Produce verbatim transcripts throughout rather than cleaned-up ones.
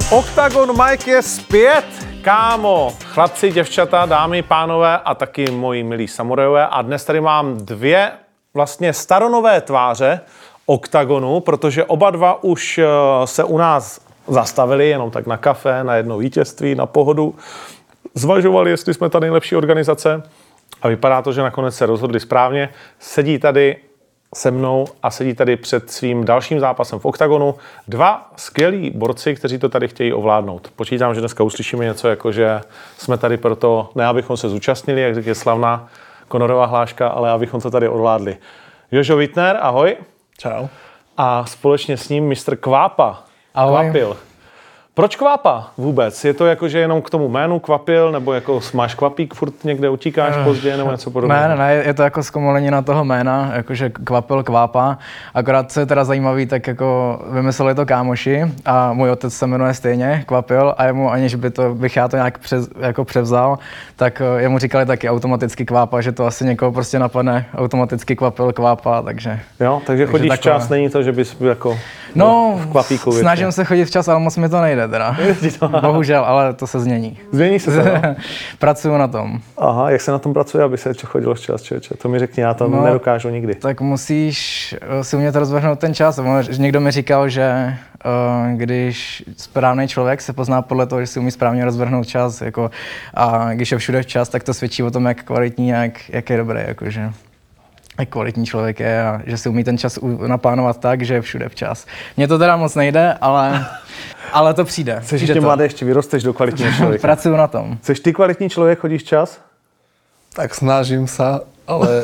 Octagon Mike je zpět, kámo. Chlapci, děvčata, dámy, pánové a taky moji milí samurajové. A dnes tady mám dvě vlastně staronové tváře Octagonu, protože oba dva už se u nás zastavili jenom tak na kafe, na jedno vítězství, na pohodu. Zvažovali, jestli jsme ta nejlepší organizace a vypadá to, že nakonec se rozhodli správně. Sedí tady se mnou a sedí tady před svým dalším zápasem v Octagonu dva skvělí borci, kteří to tady chtějí ovládnout. Počítám, že dneska uslyšíme něco jako, že jsme tady proto, ne abychom se zúčastnili, jak je slavná Conorova hláška, ale abychom to tady ovládli. Jožo Wittner, ahoj. Čau. A společně s ním mistr Kvápa. Ahoj. Kvapil. Proč Kvápa vůbec? Je to jako, že jenom k tomu jménu Kvapil, nebo jako máš kvapík, furt někde utíkáš uh, později, nebo něco podobného? Ne, ne, ne, je to jako zkomolenina toho jména, jakože Kvapil, Kvápa. Akorát, co je teda zajímavý, tak jako vymysleli to kámoši a můj otec se jmenuje stejně Kvapil a jemu, aniž by to, bych já to nějak přes, jako převzal, tak jemu říkali taky automaticky Kvápa, že to asi někoho prostě napadne automaticky Kvapil, Kvápa, takže... Jo, takže, takže chodíš takové... včas, není to, že bys jako no, v kvapíku. Snažím větě. se chodit včas, ale moc mi to nejde teda. Bohužel, ale to se změní. Změní se to, no? Pracuju na tom. Aha, jak se na tom pracuje, aby se chodilo včas, člověče? To mi řekni, já to no, nedokážu nikdy. Tak musíš si umět rozvrhnout ten čas. Někdo mi říkal, že uh, když správný člověk se pozná podle toho, že si umí správně rozvrhnout čas, jako, a když je všude včas, tak to svědčí o tom, jak kvalitní, jak, jak je dobrý, jakože. Jak kvalitní člověk je a že si umí ten čas naplánovat tak, že je všude včas. Mně to teda moc nejde, ale, ale to přijde. Jsi ještě mladý, ještě vyrosteš do kvalitního člověka. Pracuju na tom. Jsi ty kvalitní člověk, chodíš čas? Tak snažím sa, ale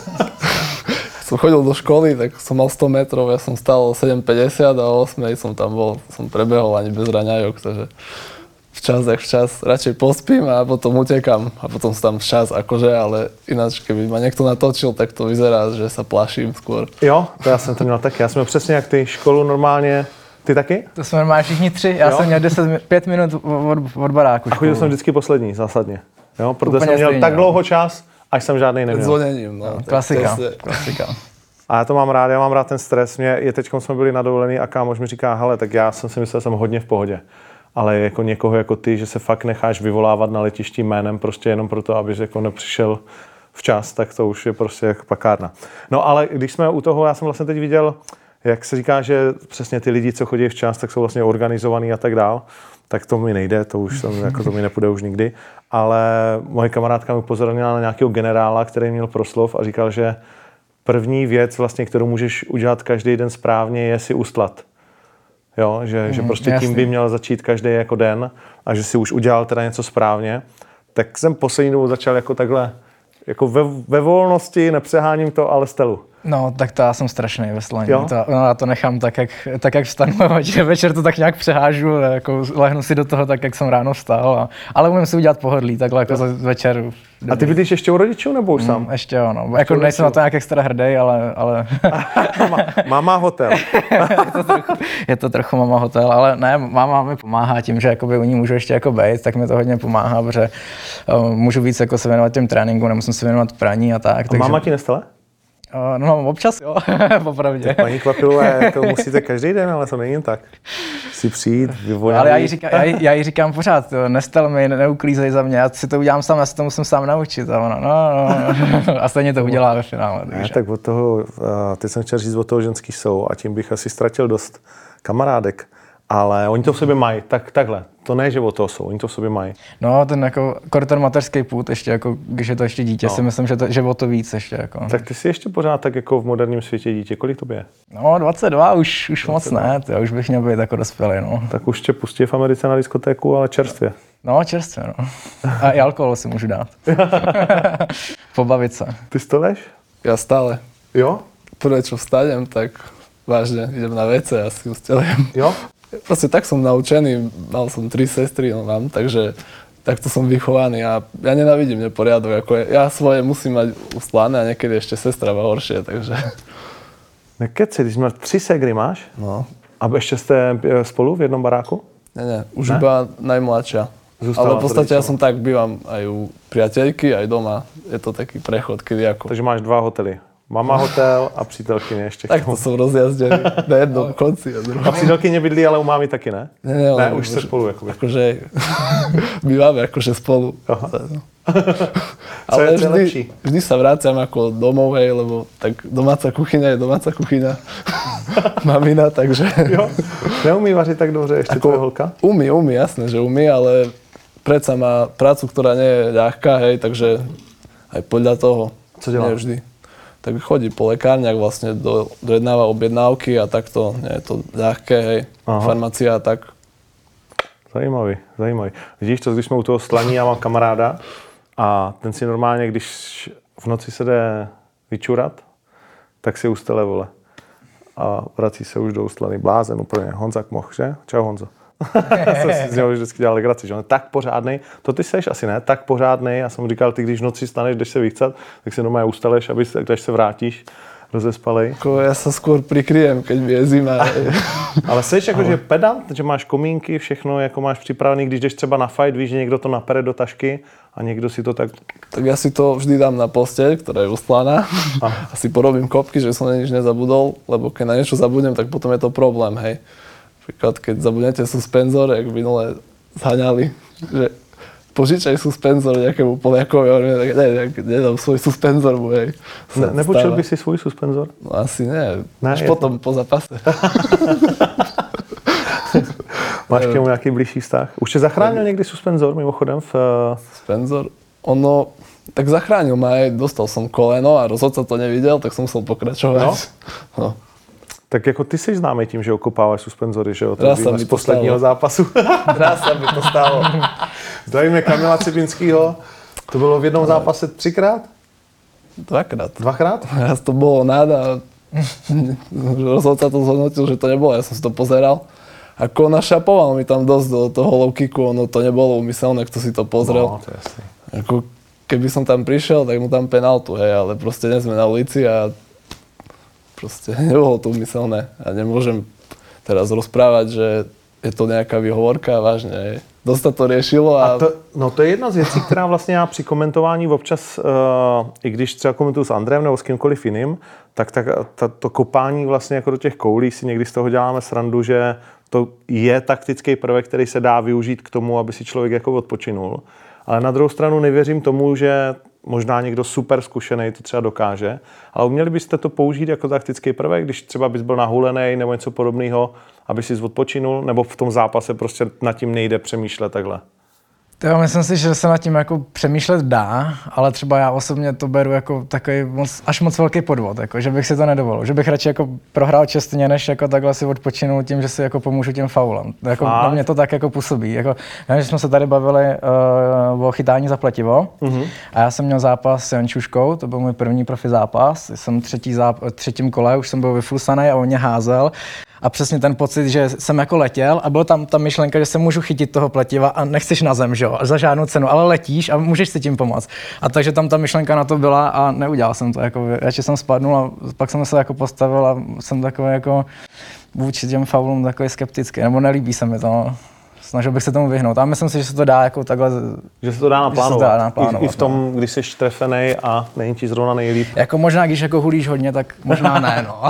som chodil do školy, tak som mal sto metrov, ja som stál sedem päťdesiat a o osem som tam bol, som prebehol ani bez raňajok, takže včas, tak včas, radšej pospím a potom utekam a potom som tam včas, akože, ale ináč, keby ma niekto natočil, tak to vyzerá, že sa plaším skôr. Jo, to já jsem to měl taky, já jsem měl přesně jak ty školu normálně. Ty taky? To jsme normálně všichni tři, já jo? jsem měl deset, pět minut od, od baráku. A chodil jsem vždycky poslední, zásadně. Jo, protože Úplně jsem měl stejně, tak dlouho čas, až jsem žádnej neměl. Zvoněním, no. Klasika, klasika. A já to mám rád, já mám rád ten stres. Mě je teďkom jsme byli na dovolený a kámoš mi říká, hele, tak já jsem si myslel, že jsem hodně v pohodě. Ale jako někoho jako ty, že se fakt necháš vyvolávat na letišti jménem prostě jenom proto, abys jako nepřišel včas, tak to už je prostě jako pakárna. No ale když jsme u toho, já jsem vlastně teď viděl, jak se říká, že přesně ty lidi, co chodí včas, tak jsou vlastně organizovaný a tak dál. Tak to mi nejde, to už jsem, jako to mi nepůjde už nikdy. Ale moje kamarádka mi upozornila na nějakého generála, který měl proslov a říkal, že první věc, vlastně, kterou můžeš udělat každý den správně, je si ustlat. Jo, že, mm, že prostě jasný. Tím by měl začít každý jako den a že si už udělal teda něco správně. Tak jsem poslední dobou začal jako takhle, jako ve, ve volnosti, nepřeháním to, ale stylu. No, tak to já jsem strašný ve slaní. To, no, já to nechám tak, jak, tak, jak vstanu a večer to tak nějak přehážu, jako lehnu si do toho tak, jak jsem ráno vstal. A, ale umím si udělat pohodlí, takhle jako za večer. Dobrý. A ty bydlíš ještě u rodičů nebo už sám? Mm, ještě jo, no. Jako nejsem na to nějak extra hrdý, ale... ale... Mama hotel. je, to trochu, je to trochu mama hotel, ale ne, máma mi pomáhá tím, že jakoby u ní můžu ještě jako bejt, tak mi to hodně pomáhá, protože uh, můžu víc jako se věnovat těm tréninku, nemusím se věnovat praní a tak. A takže... máma ti nestala? Uh, no, občas jo, popravdě. Tak paní Kvapilové, to musíte každý den, ale to není jen tak. Si přijít, vyvolat. Ale já jí, říkám, já, jí, já jí říkám pořád, jo, nestel mi, neuklízej za mě, já si to udělám sám, já si to musím sám naučit. A ona, no, no. A stejně to udělá ve finále. Takže. Ne, tak od toho, teď jsem chtěl říct, od toho ženský jsou a tím bych asi ztratil dost kamarádek. Ale oni to v sobě mají, tak takhle. To ne, že o toho jsou, oni to v sobě mají. No, ten jako, ten mateřský půd ještě, jako, když je to ještě dítě, no. si myslím, že, to, že o to víc ještě. Jako. Tak ty jsi ještě pořád tak jako v moderním světě dítě, kolik to je? No, dvacet dva, už, už moc ne, tyjo, už bych měl být jako dospělý, no. Tak už tě pustí v Americe na diskotéku, ale čerstvě. No, čerstvě, no. A i alkohol si můžu dát. Pobavit se. Ty stoleš? Ja stále. Jo? Prvé, čo vstanem, tak vážne idem na vé cé a si usteliem. Jo? Proste tak som naučený, mal som tri sestry, no mám, takže takto som vychovaný a ja nenávidím neporiadok, ako je, ja svoje musím mať ustlané a niekedy ešte sestra má horšie, takže... Nekeci, když máš tři segry máš? No. A ešte ste spolu v jednom baráku? Ne, ne, už ne? Iba najmladšia. Zústala, ale v podstate ja som tak, bývam aj u priateľky, aj doma. Je to taký prechod, kedy ako... Takže máš dva hotely. Mama hotel a přítelkyně ještě. Tak to jsou rozjazdění na jednom konci. A přítelkyně bydlí ale u mámy taky, ne? Ne, ne, ne už jste spolu. Jakoby. Akože, býváme akože spolu. Aha. No. Co je Ale to vždy, lepší? vždy sa vraciam ako domov, hej, lebo tak domáca kuchyňa je domáca kuchyňa. Mamina, takže... Jo, neumí vařit tak dobře ještě tvoje holka? Umí, umí, jasné, že umí, ale predsa má prácu, ktorá nie je ľahká, hej, takže aj podľa toho. Co dělá? Nie vždy. Tak chodí po lekárniach, vlastne do, dojednáva objednávky a takto, nie je to ľahké, hej, Aha. farmácia a tak. Zajímavý, zajímavý. Vidíš to, když jsme u toho slaní, já mám kamaráda a ten si normálně, když v noci se jde vyčurat, tak si ustele, vole. A vrací se už do uslaný blázen úplně. Honza Kmoch, že? Čau, Honzo. Já jsem si z něho vždycky dělal legraci, že on je tak pořádnej, to ty seš asi ne, tak pořádnej. Já jsem mu říkal, ty když v noci staneš, jdeš se vychcat, tak si normálně ustaleš, aby se, když se vrátíš, rozespalej. Ako ja sa skôr prikryjem, keď mi je zima. Ale jsi jako, že pedant, že máš komínky, všechno jako máš připravený, když jdeš třeba na fight, víš, že někdo to napere do tašky a někdo si to tak... Tak ja si to vždy dám na posteľ, ktorá je ustlaná. A si porobím kopky, že som na nič nezabudol, lebo keď na niečo zabudnem, tak potom je to problém, hej. Napríklad, keď zabudnete suspenzor, jak minule zhaňali, že požičaj suspenzor nejakému Poliakovi, tak ne, nedám svoj suspenzor mu, hej. Ne, nepočil by si svůj suspenzor? No asi ne, ne až potom po zápase. Máš k němu nějaký blížší vztah? Už tě zachránil někdy suspenzor mimochodem? V... Suspenzor? Ono, tak zachránil ma aj, dostal som koleno a rozhodca to nevidel, tak som musel pokračovať. No. No. Tak jako ty jsi známý tím, že okopáváš suspenzory, že jo? Raz sa mi Z to posledního stalo. zápasu. Raz sa mi to stalo. Zdravíme Kamila Cibinskýho. To bylo v jednom zápase třikrát? Dvakrát. Dvakrát? Raz to bolo náda. Rozhodca to zhodnotil, že to nebolo, ja som si to pozeral. Ako našapoval mi tam dosť do toho low kicku, ono to nebolo úmyselné, kto si to pozrel. No, to je jasný. Ako keby som tam prišiel, tak mu tam penáltu, hej, ale proste nie sme na ulici a proste nebolo to úmyselné. A nemôžem teraz rozprávať, že je to nejaká výhovorka, vážne, hej. Dost to řešilo. A... a to, no to je jedna z věcí, která vlastně já při komentování občas, uh, i když třeba komentuju s Andrejem nebo s kýmkoliv jiným, tak, tak ta, to kopání vlastně jako do těch koulí si někdy z toho děláme srandu, že to je taktický prvek, který se dá využít k tomu, aby si člověk jako odpočinul. Ale na druhou stranu nevěřím tomu, že možná někdo super zkušený to třeba dokáže, ale uměli byste to použít jako taktický prvek, když třeba bys byl nahulený nebo něco podobného, aby si odpočinul, nebo v tom zápase prostě nad tím nejde přemýšlet takhle? Já myslím si, že se nad tím jako přemýšlet dá, ale třeba já osobně to beru jako takový moc, až moc velký podvod, jako, že bych si to nedovolil, že bych radši jako prohrál čestně, než jako takhle si odpočinul tím, že si jako pomůžu těm faulem. Jako, na mě to tak jako působí. Jako, já, že jsme se tady bavili uh, o chytání za pletivo mm-hmm. a já jsem měl zápas s Jančuškou, to byl můj první profi zápas, jsem třetí záp- třetím kole, už jsem byl vyflusaný a on mě házel. A přesně ten pocit, že jsem jako letěl a byla tam ta myšlenka, že se můžu chytit toho pletiva a nechceš na zem, že jo, za žádnou cenu, ale letíš a můžeš si tím pomoct. A takže tam ta myšlenka na to byla a neudělal jsem to, jako, radši jsem spadnul a pak jsem se jako postavil a jsem takový jako vůči těm faulům takový skeptický, nebo nelíbí se mi to, no. Snažil bych se tomu vyhnout. A myslím si, že se to dá jako takhle... Že se to dá naplánovat. Dá naplánovat I, I v tom, no. Když jsi trefenej a není ti zrovna nejlíp. Jako možná, když jako hulíš hodně, tak možná ne, no.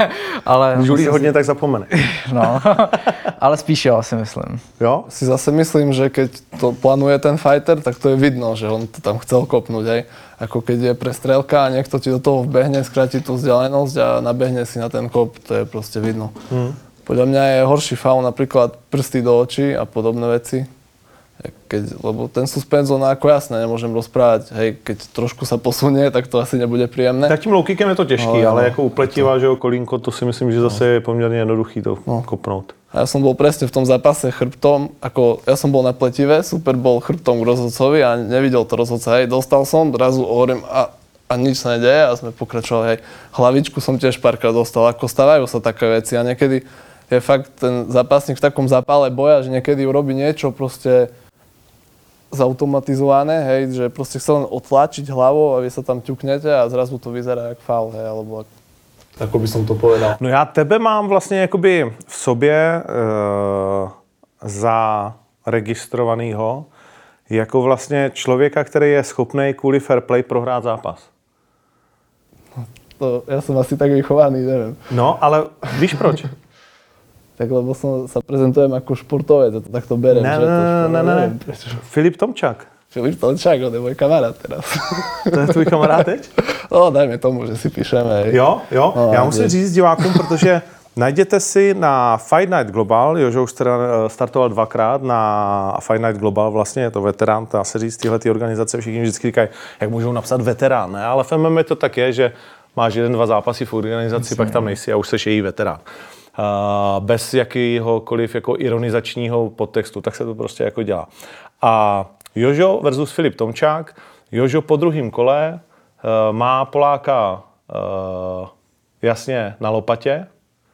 Ale když hulíš hodně, si... tak zapomeneš. No, ale spíš jo, si myslím. Jo? Si zase myslím, že keď to plánuje ten fighter, tak to je vidno, že on to tam chcel kopnúť, hej. Ako keď je prestrelka a niekto ti do toho vbehne, skráti tú vzdialenosť a nabehne si na ten kop, to je proste vidno. Hmm. Podľa mňa je horší faul napríklad prsty do očí a podobné veci. Keď, lebo ten suspenzor, no ako jasné, nemôžem rozprávať, hej, keď trošku sa posunie, tak to asi nebude príjemné. Tak tím low kickem je to těžký, no, ale no, jako upletivá, že jo, kolínko, to si myslím, že zase je poměrně jednoduchý to no. kopnout. A ja som bol presne v tom zápase chrbtom, ako ja som bol na pletive, super bol chrbtom k rozhodcovi a nevidel to rozhodca, hej, dostal som, zrazu hovorím a a nič sa nedeje a sme pokračovali, hej. Hlavičku som tiež párkrát dostal, ako stávajú sa také veci a niekedy je fakt ten zápasník v takom zápale boja, že niekedy urobí niečo proste zautomatizované, hej, že proste chce len otlačiť hlavou a vy sa tam ťuknete a zrazu to vyzerá jak faul, hej, alebo ako by som to povedal. No já tebe mám vlastně jakoby v sobě e, zaregistrovanýho jako vlastně člověka, který je schopný kvůli fair play prohrát zápas. To, ja som asi tak vychovaný, neviem. No, ale víš proč? Tak lebo som sa prezentujem ako športovec, to takto berem. Ne, že to, ne, ne, ne, Filip Tomčák. Filip Tomčák, on je môj kamarát teraz. To je tvůj kamarád teď? No, dajme tomu, že si píšeme. Jo, jo, no, já musím říct divákům, protože najděte si na Fight Night Global, Jožo už teda startoval dvakrát na Fight Night Global, vlastně je to veterán, dá se říct, tyhlety organizace všichni vždycky říkají, jak můžou napsat veterán, ne? Ale v M M A to tak je, že máš jeden, dva zápasy v organizaci, Myslím, pak tam nejsi a už seš její veterán. Uh, bez jakýhokoliv jako ironizačního podtextu, tak se to prostě jako dělá. A Jožo versus Filip Tomčák, Jožo po druhém kole uh, má Poláka uh, jasně na lopatě,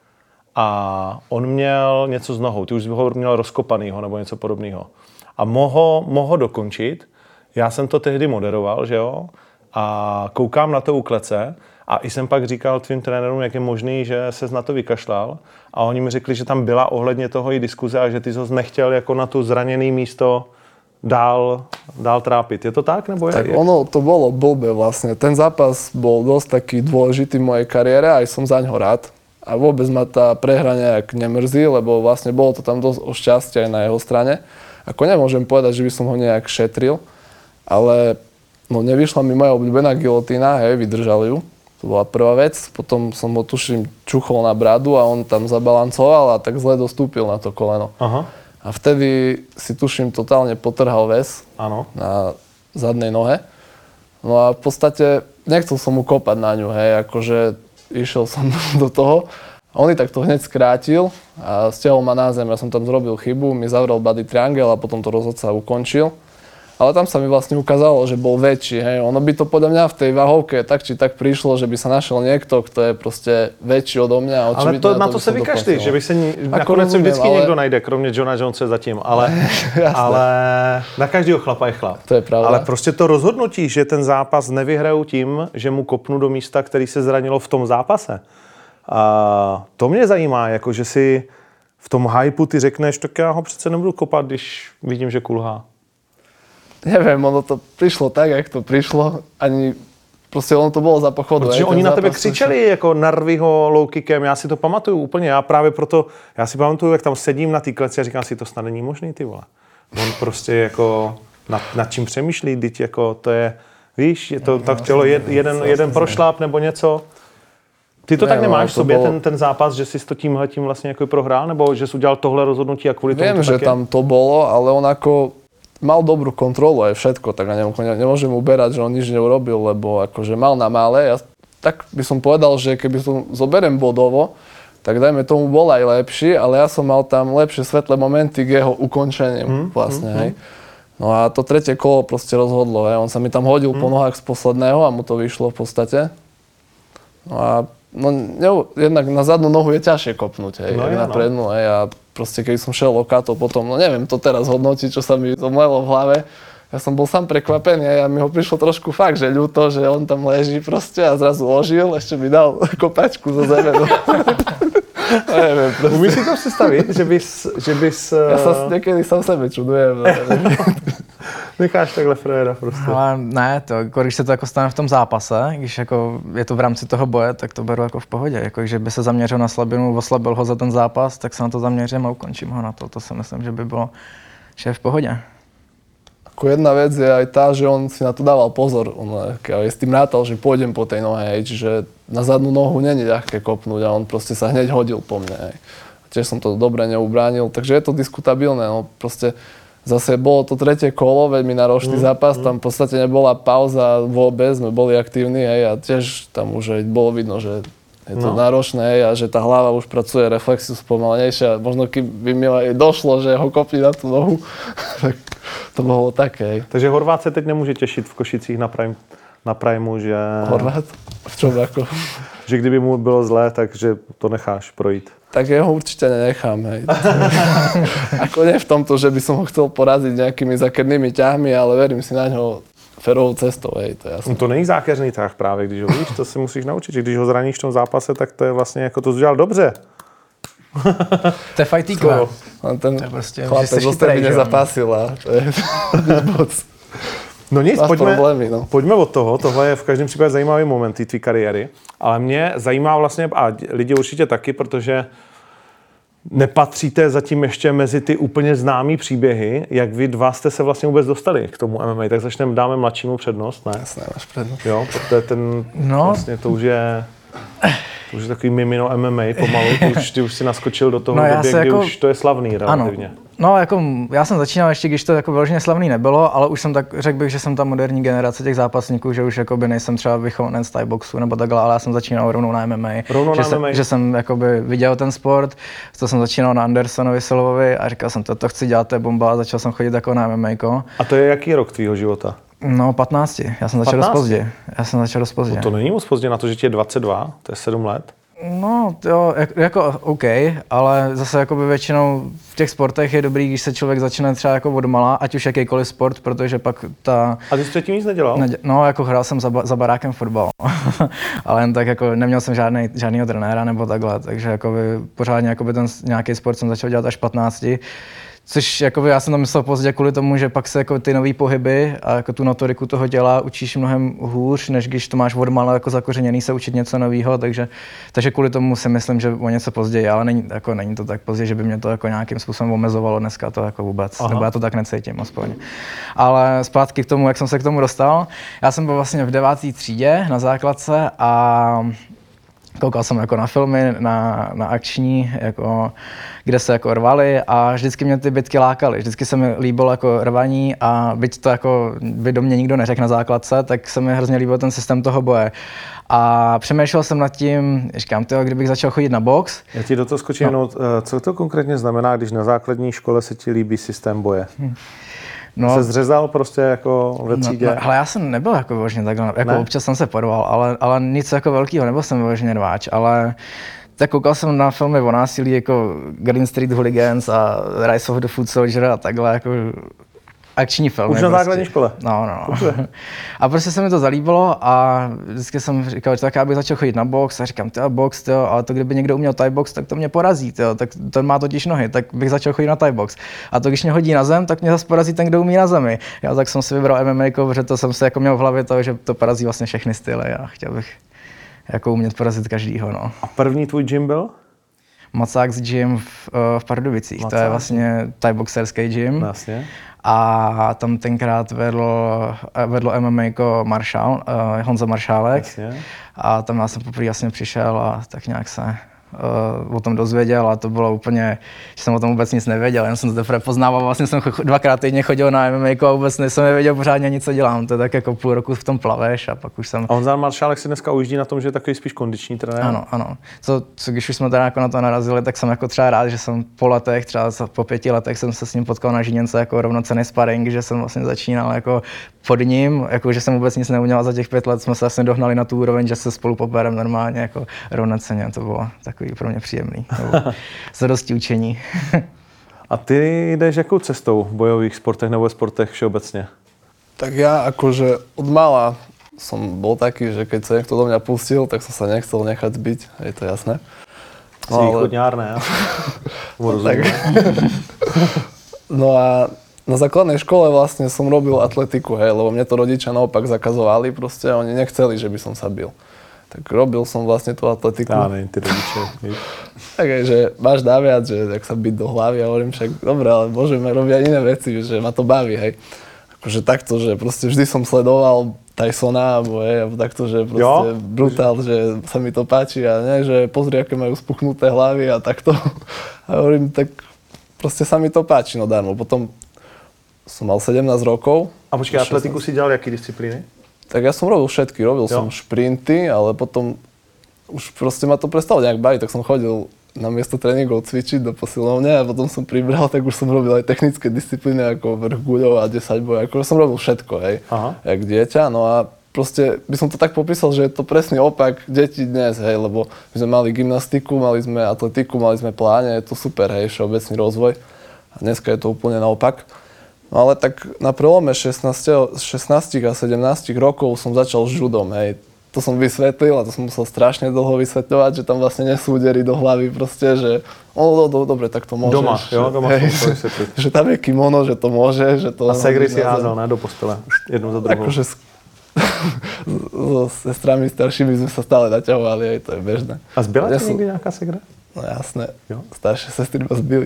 a on měl něco s nohou, ty už ho měl rozkopanýho nebo něco podobného. A mohl, mohl dokončit, já jsem to tehdy moderoval, že jo, a koukám na to u klece a i jsem pak říkal tvým trenérům, jak je možný, že ses na to vykašlal a oni mi řekli, že tam byla ohledně toho i diskuze a že ty jsi nechtěl jako na to zraněné místo dál, dál trápit. Je to tak? Nebo je, tak je? ono to bolo blbé vlastne. Ten zápas bol dosť taký dôležitý v mojej kariére, aj som zaňho rád. A vôbec ma tá prehra nejak nemrzí, lebo vlastne bolo to tam dosť o šťastie aj na jeho strane. Ako nemôžem povedať, že by som ho nejak šetril, ale no nevyšla mi moja obľúbená gilotína, hej, vydržali ju. To bola prvá vec. Potom som ho tuším čuchol na bradu a on tam zabalancoval a tak zle dostúpil na to koleno. Aha. A vtedy si tuším totálne potrhal väz Ano. na zadnej nohe. No a v podstate nechcel som mu kopať na ňu, hej, akože išiel som do toho. On i tak to hneď skrátil a stiahol ma na zem. Ja som tam zrobil chybu, mi zavrel body triangle a potom to rozhodca ukončil. Ale tam sa mi vlastne ukázalo, že bol väčší. Hej. Ono by to podľa mňa v tej váhovke tak či tak prišlo, že by sa našiel niekto, kto je proste väčší odo mňa. Ale to, na to, to se vykašli, že by se nakonec se vždycky ale... někdo najde, kromě Johna Jonese zatím. Ale, ale na každého chlapa je chlap. To je pravda. Ale prostě to rozhodnutí, že ten zápas nevyhraju tím, že mu kopnu do místa, který se zranilo v tom zápase. A to mě zajímá, jako že si v tom hypeu ty řekneš, tak já ho přece nebudu kopat, když vidím, že kulhá. Neviem, ono to prišlo tak, jak to prišlo, ani proste ono to bolo za pochodu. Protože oni na tebe křičeli to... jako narvi ho low kickem, já si to pamatuju úplně, já právě proto, já si pamatuju, jak tam sedím na té kleci a říkám si, to snad není možný, ty vole. On prostě jako, nad, nad čím přemýšlí, teď jako to je, víš, je to tak chtělo jed, jeden, jeden prošláp nebo něco. Ty to ne, tak nemáš v sobě, bolo... ten, ten zápas, že jsi to tímhle tím vlastně jako prohrál, nebo že jsi udělal tohle rozhodnutí a kvůli tomu Viem, to že tak je? tam to bolo, ale on ako mal dobrú kontrolu aj všetko, tak ja nemôžem uberať, že on nič neurobil, lebo akože mal na mále. Ja tak by som povedal, že keby som zoberiem bodovo, tak dajme tomu bol aj lepší, ale ja som mal tam lepšie svetlé momenty k jeho ukončeniu hmm, vlastne, hmm, hej. No a to tretie kolo proste rozhodlo, hej. On sa mi tam hodil hmm. po nohách z posledného a mu to vyšlo v podstate. No a no, ne, jednak na zadnú nohu je ťažšie kopnúť, hej, no, jak na prednú, hej. A proste keď som šiel lokato potom, no neviem to teraz hodnotiť, čo sa mi zomlelo v hlave. Ja som bol sám prekvapený a mi ho prišlo trošku fakt, že ľúto, že on tam leží proste a zrazu ožil, ešte mi dal kopačku zo zeme. Neviem, proste. Umíš si to představit, že bys... Že bys ja sa niekedy sám sebe čudujem. Necháš takhle fréra prostě. Ale ne, to, jako, když se to jako stane v tom zápase, když jako je to v rámci toho boje, tak to beru jako v pohodě. Jako, že by se zaměřil na slabinu, oslabil ho za ten zápas, tak se na to zaměřím a ukončím ho na to. To si myslím, že by bylo, že je v pohodě. Ako jedna vec je aj tá, že on si na to dával pozor. On je s tým rátal, že pôjdem po tej nohe, hej, čiže na zadnú nohu není ľahké kopnúť a on proste sa hneď hodil po mne. Hej. Tiež som to dobre neubránil, takže je to diskutabilné. No, proste zase bolo to tretie kolo, veľmi náročný mm, zápas, mm. tam v podstate nebola pauza vôbec, sme boli aktívni, hej, a tiež tam už bolo vidno, že je to no. náročné, hej, a že tá hlava už pracuje, reflexiu spomalnejšia. Možno keby mi aj došlo, že ho kopí na tú nohu, tak to bolo také. Takže Horvát se teď nemůže těšit v Košicích na, prime, na Primeu, že... Horvát? V čom ako? Že kdyby mu bylo zlé, takže to necháš projít. Tak jeho určite nenechám, hej. Ako nie v tomto, že by som ho chcel poraziť nejakými zakernými ťahmi, ale verím si na ňo ferovou cestou, hej, to je jasné. No to není zákeřný tah právě, když ho víš, to si musíš naučit, že když ho zraníš v tom zápase, tak to je vlastně jako to udělal dobře. To je fight í kvé. Ten to je prostě, chlapec zostane nezapásil a to je moc. No nic, máš pojďme, problémy, no. pojďme od toho, tohle je v každém případě zajímavý moment té tvý kariéry, ale mě zajímá vlastně, a lidi určitě taky, protože nepatříte zatím ještě mezi ty úplně známý příběhy, jak vy dva jste se vlastně vůbec dostali k tomu M M A, tak začneme, dáme mladšímu přednost, ne? Jasné, máš přednost. Jo, protože ten, No. vlastně to už je, to už je takový mimino M M A pomalu, ty už, ty už si naskočil do toho No, já době, se kdy jako- už to je slavný relativně. Ano. No, jako já jsem začínal ještě, když to jako vyloženě slavný nebylo, ale už jsem tak, řekl bych, že jsem ta moderní generace těch zápasníků, že už jakoby nejsem třeba vychovaný z Thai boxu nebo takhle, ale já jsem začínal rovnou na M M A. Rovnou že na jsem, M M A. Že jsem jakoby viděl ten sport, to jsem začínal na Andersonovi Silvovi a říkal jsem, to, to chci dělat, to je bomba, a začal jsem chodit jako na M M A. A to je jaký rok tvýho života? No, patnáct. Já jsem začal dost patnáct? pozdě. Já jsem začal dost pozdě. To není moc pozdě na to, že ti je dvacet dva, to je sedm let. No, jo, jak- jako OK, ale zase jakoby většinou v těch sportech je dobrý, když se člověk začne třeba jako odmala, ať už jakýkoliv sport, protože pak ta... A ty jsi předtím nic nedělal? Nedě- No, jako hrál jsem za, ba- za barákem fotbal, ale jen tak jako neměl jsem žádný, žádnýho trenéra nebo takhle, takže jakoby pořádně jakoby ten s- nějaký sport jsem začal dělat až patnácti. Což jakoby já jsem to myslel pozdě kvůli tomu, že pak se jako ty nový pohyby a jako tu notoriku toho těla učíš mnohem hůř, než když to máš odmala jako zakořeněný se učit něco nového, takže, takže kvůli tomu si myslím, že o něco později, ale není, jako, není to tak pozdě, že by mě to jako nějakým způsobem omezovalo dneska to jako vůbec, Aha. nebo já to tak necítím aspoň. Ale zpátky k tomu, jak jsem se k tomu dostal, já jsem byl vlastně v deváté třídě na základce a koukal jsem jako na filmy, na, na akční, jako, kde se jako rvali a vždycky mě ty bitky lákaly. Vždycky se mi líbilo jako rvaní a byť to jako by do mě nikdo neřekl na základce, tak se mi hrozně líbil ten systém toho boje. A přemýšlel jsem nad tím, říkám, tyjo, kdybych začal chodit na box. Já ti do toho skočím No. jenom, co to konkrétně znamená, když na základní škole se ti líbí systém boje? No, Se zřezal prostě jako ve třídě? No, no, ale já jsem nebyl jako vyloženě takhle, jako Ne? občas jsem se porval, ale, ale nic jako velkého, nebyl jsem vyloženě rváč, ale tak koukal jsem na filmy o násilí jako Green Street Hooligans a Rise of the Foot Soldier a takhle jako akční filmy. Už na prostě. základní škole? No, no. A prostě se mi to zalíbilo a vždycky jsem říkal, že tak já bych začal chodit na box a říkám, tyjo, box, tyjo, ale to kdyby někdo uměl Thai box, tak to mě porazí, tyjo, tak ten má totiž nohy, tak bych začal chodit na Thai box. A to když mě hodí na zem, tak mě zase porazí ten, kdo umí na zemi. Já tak jsem si vybral M M A, protože to jsem si jako měl v hlavě to, že to porazí vlastně všechny styly a chtěl bych jako umět porazit každýho, no. A první tvůj gym byl? Macáks gym v, eh, v Pardubicích, to je Macáks. vlastně Thai boxerský gym. No, jasně. A tam tenkrát vedlo, vedlo M M A jako Maršál, uh, Honza Maršálek. Jasně. A tam já jsem poprvé vlastně přišel a tak nějak se uh, o tom dozvěděl a to bylo úplně, že jsem o tom vůbec nic nevěděl, jen jsem to teprve poznával, vlastně jsem cho- dvakrát týdně chodil na M M A a vůbec jsem nevěděl pořádně nic, co dělám, to je tak jako půl roku v tom plaveš a pak už jsem... A Honza Maršálek si dneska ujíždí na tom, že je takový spíš kondiční trenér? Ano, ano. Co, co když už jsme teda jako na to narazili, tak jsem jako třeba rád, že jsem po letech, třeba po pěti letech jsem se s ním potkal na Žíněnce jako rovnocenný sparring, že jsem vlastně začínal jako pod ním, jako že jsem vůbec nic neuměl a za těch pět let jsme se vlastně dohnali na tu úroveň, že se spolu poperem normálně jako rovnocenně, to bylo takový pro mě příjemný. Zadosti učení. A ty jdeš jakou cestou v bojových sportech nebo ve sportech všeobecně? Tak ja akože od mala som bol taký, že keď sa niekto do mňa pustil, tak som sa nechcel nechať zbiť, je to jasné. Jsi východňár, ne? tak. No a na základnej škole vlastne som robil atletiku, hej, lebo mne to rodičia naopak zakazovali, proste oni nechceli, že by som sa bil. Tak robil som vlastne tú atletiku. Já nevím, ty rodiče. víš. Tak aj, že máš dáviať, že jak sa byť do hlavy a hovorím však, dobre, ale môžeme robiť aj iné veci, že ma to baví, hej. Akože takto, že proste vždy som sledoval Tysona, alebo, hej, alebo takto, že proste Jo? brutál, že sa mi to páči a ne, že pozri, aké majú spuchnuté hlavy a takto. A hovorím, tak proste sa mi to páči, no darmo. Potom som mal sedemnásť rokov. A počkej, atletiku si dělal jaký disciplíny? Tak ja som robil všetky, robil Jo. som šprinty, ale potom už proste ma to prestalo nejak baviť, tak som chodil na miesto tréningov cvičiť do posilovne a potom som pribral, tak už som robil aj technické disciplíny ako vrch guľov a desaťboj, akože som robil všetko, hej, Aha. jak dieťa, no a proste by som to tak popísal, že je to presný opak detí dnes, hej, lebo my sme mali gymnastiku, mali sme atletiku, mali sme pláne, je to super, hej, všeobecný rozvoj a dneska je to úplne naopak. No ale tak na prelome šestnásť, šestnásť a sedemnásť rokov som začal s judom, hej. to som vysvetlil a to som musel strašne dlho vysvetľovať, že tam vlastne nesú údery do hlavy proste, že o, do, do, dobre, tak to môžeš. Doma, jo, doma hej, som to vysvetliť. Že tam je kimono, že to môže, že to... A segry si házel, ne, do postele, jednu za druhou. Akože s, so sestrami staršími sme sa stále naťahovali, aj to je bežné. A zbyla Ja ti som- niekdy nejaká segra? No jasné, Jo. staršie sestry ma zbili.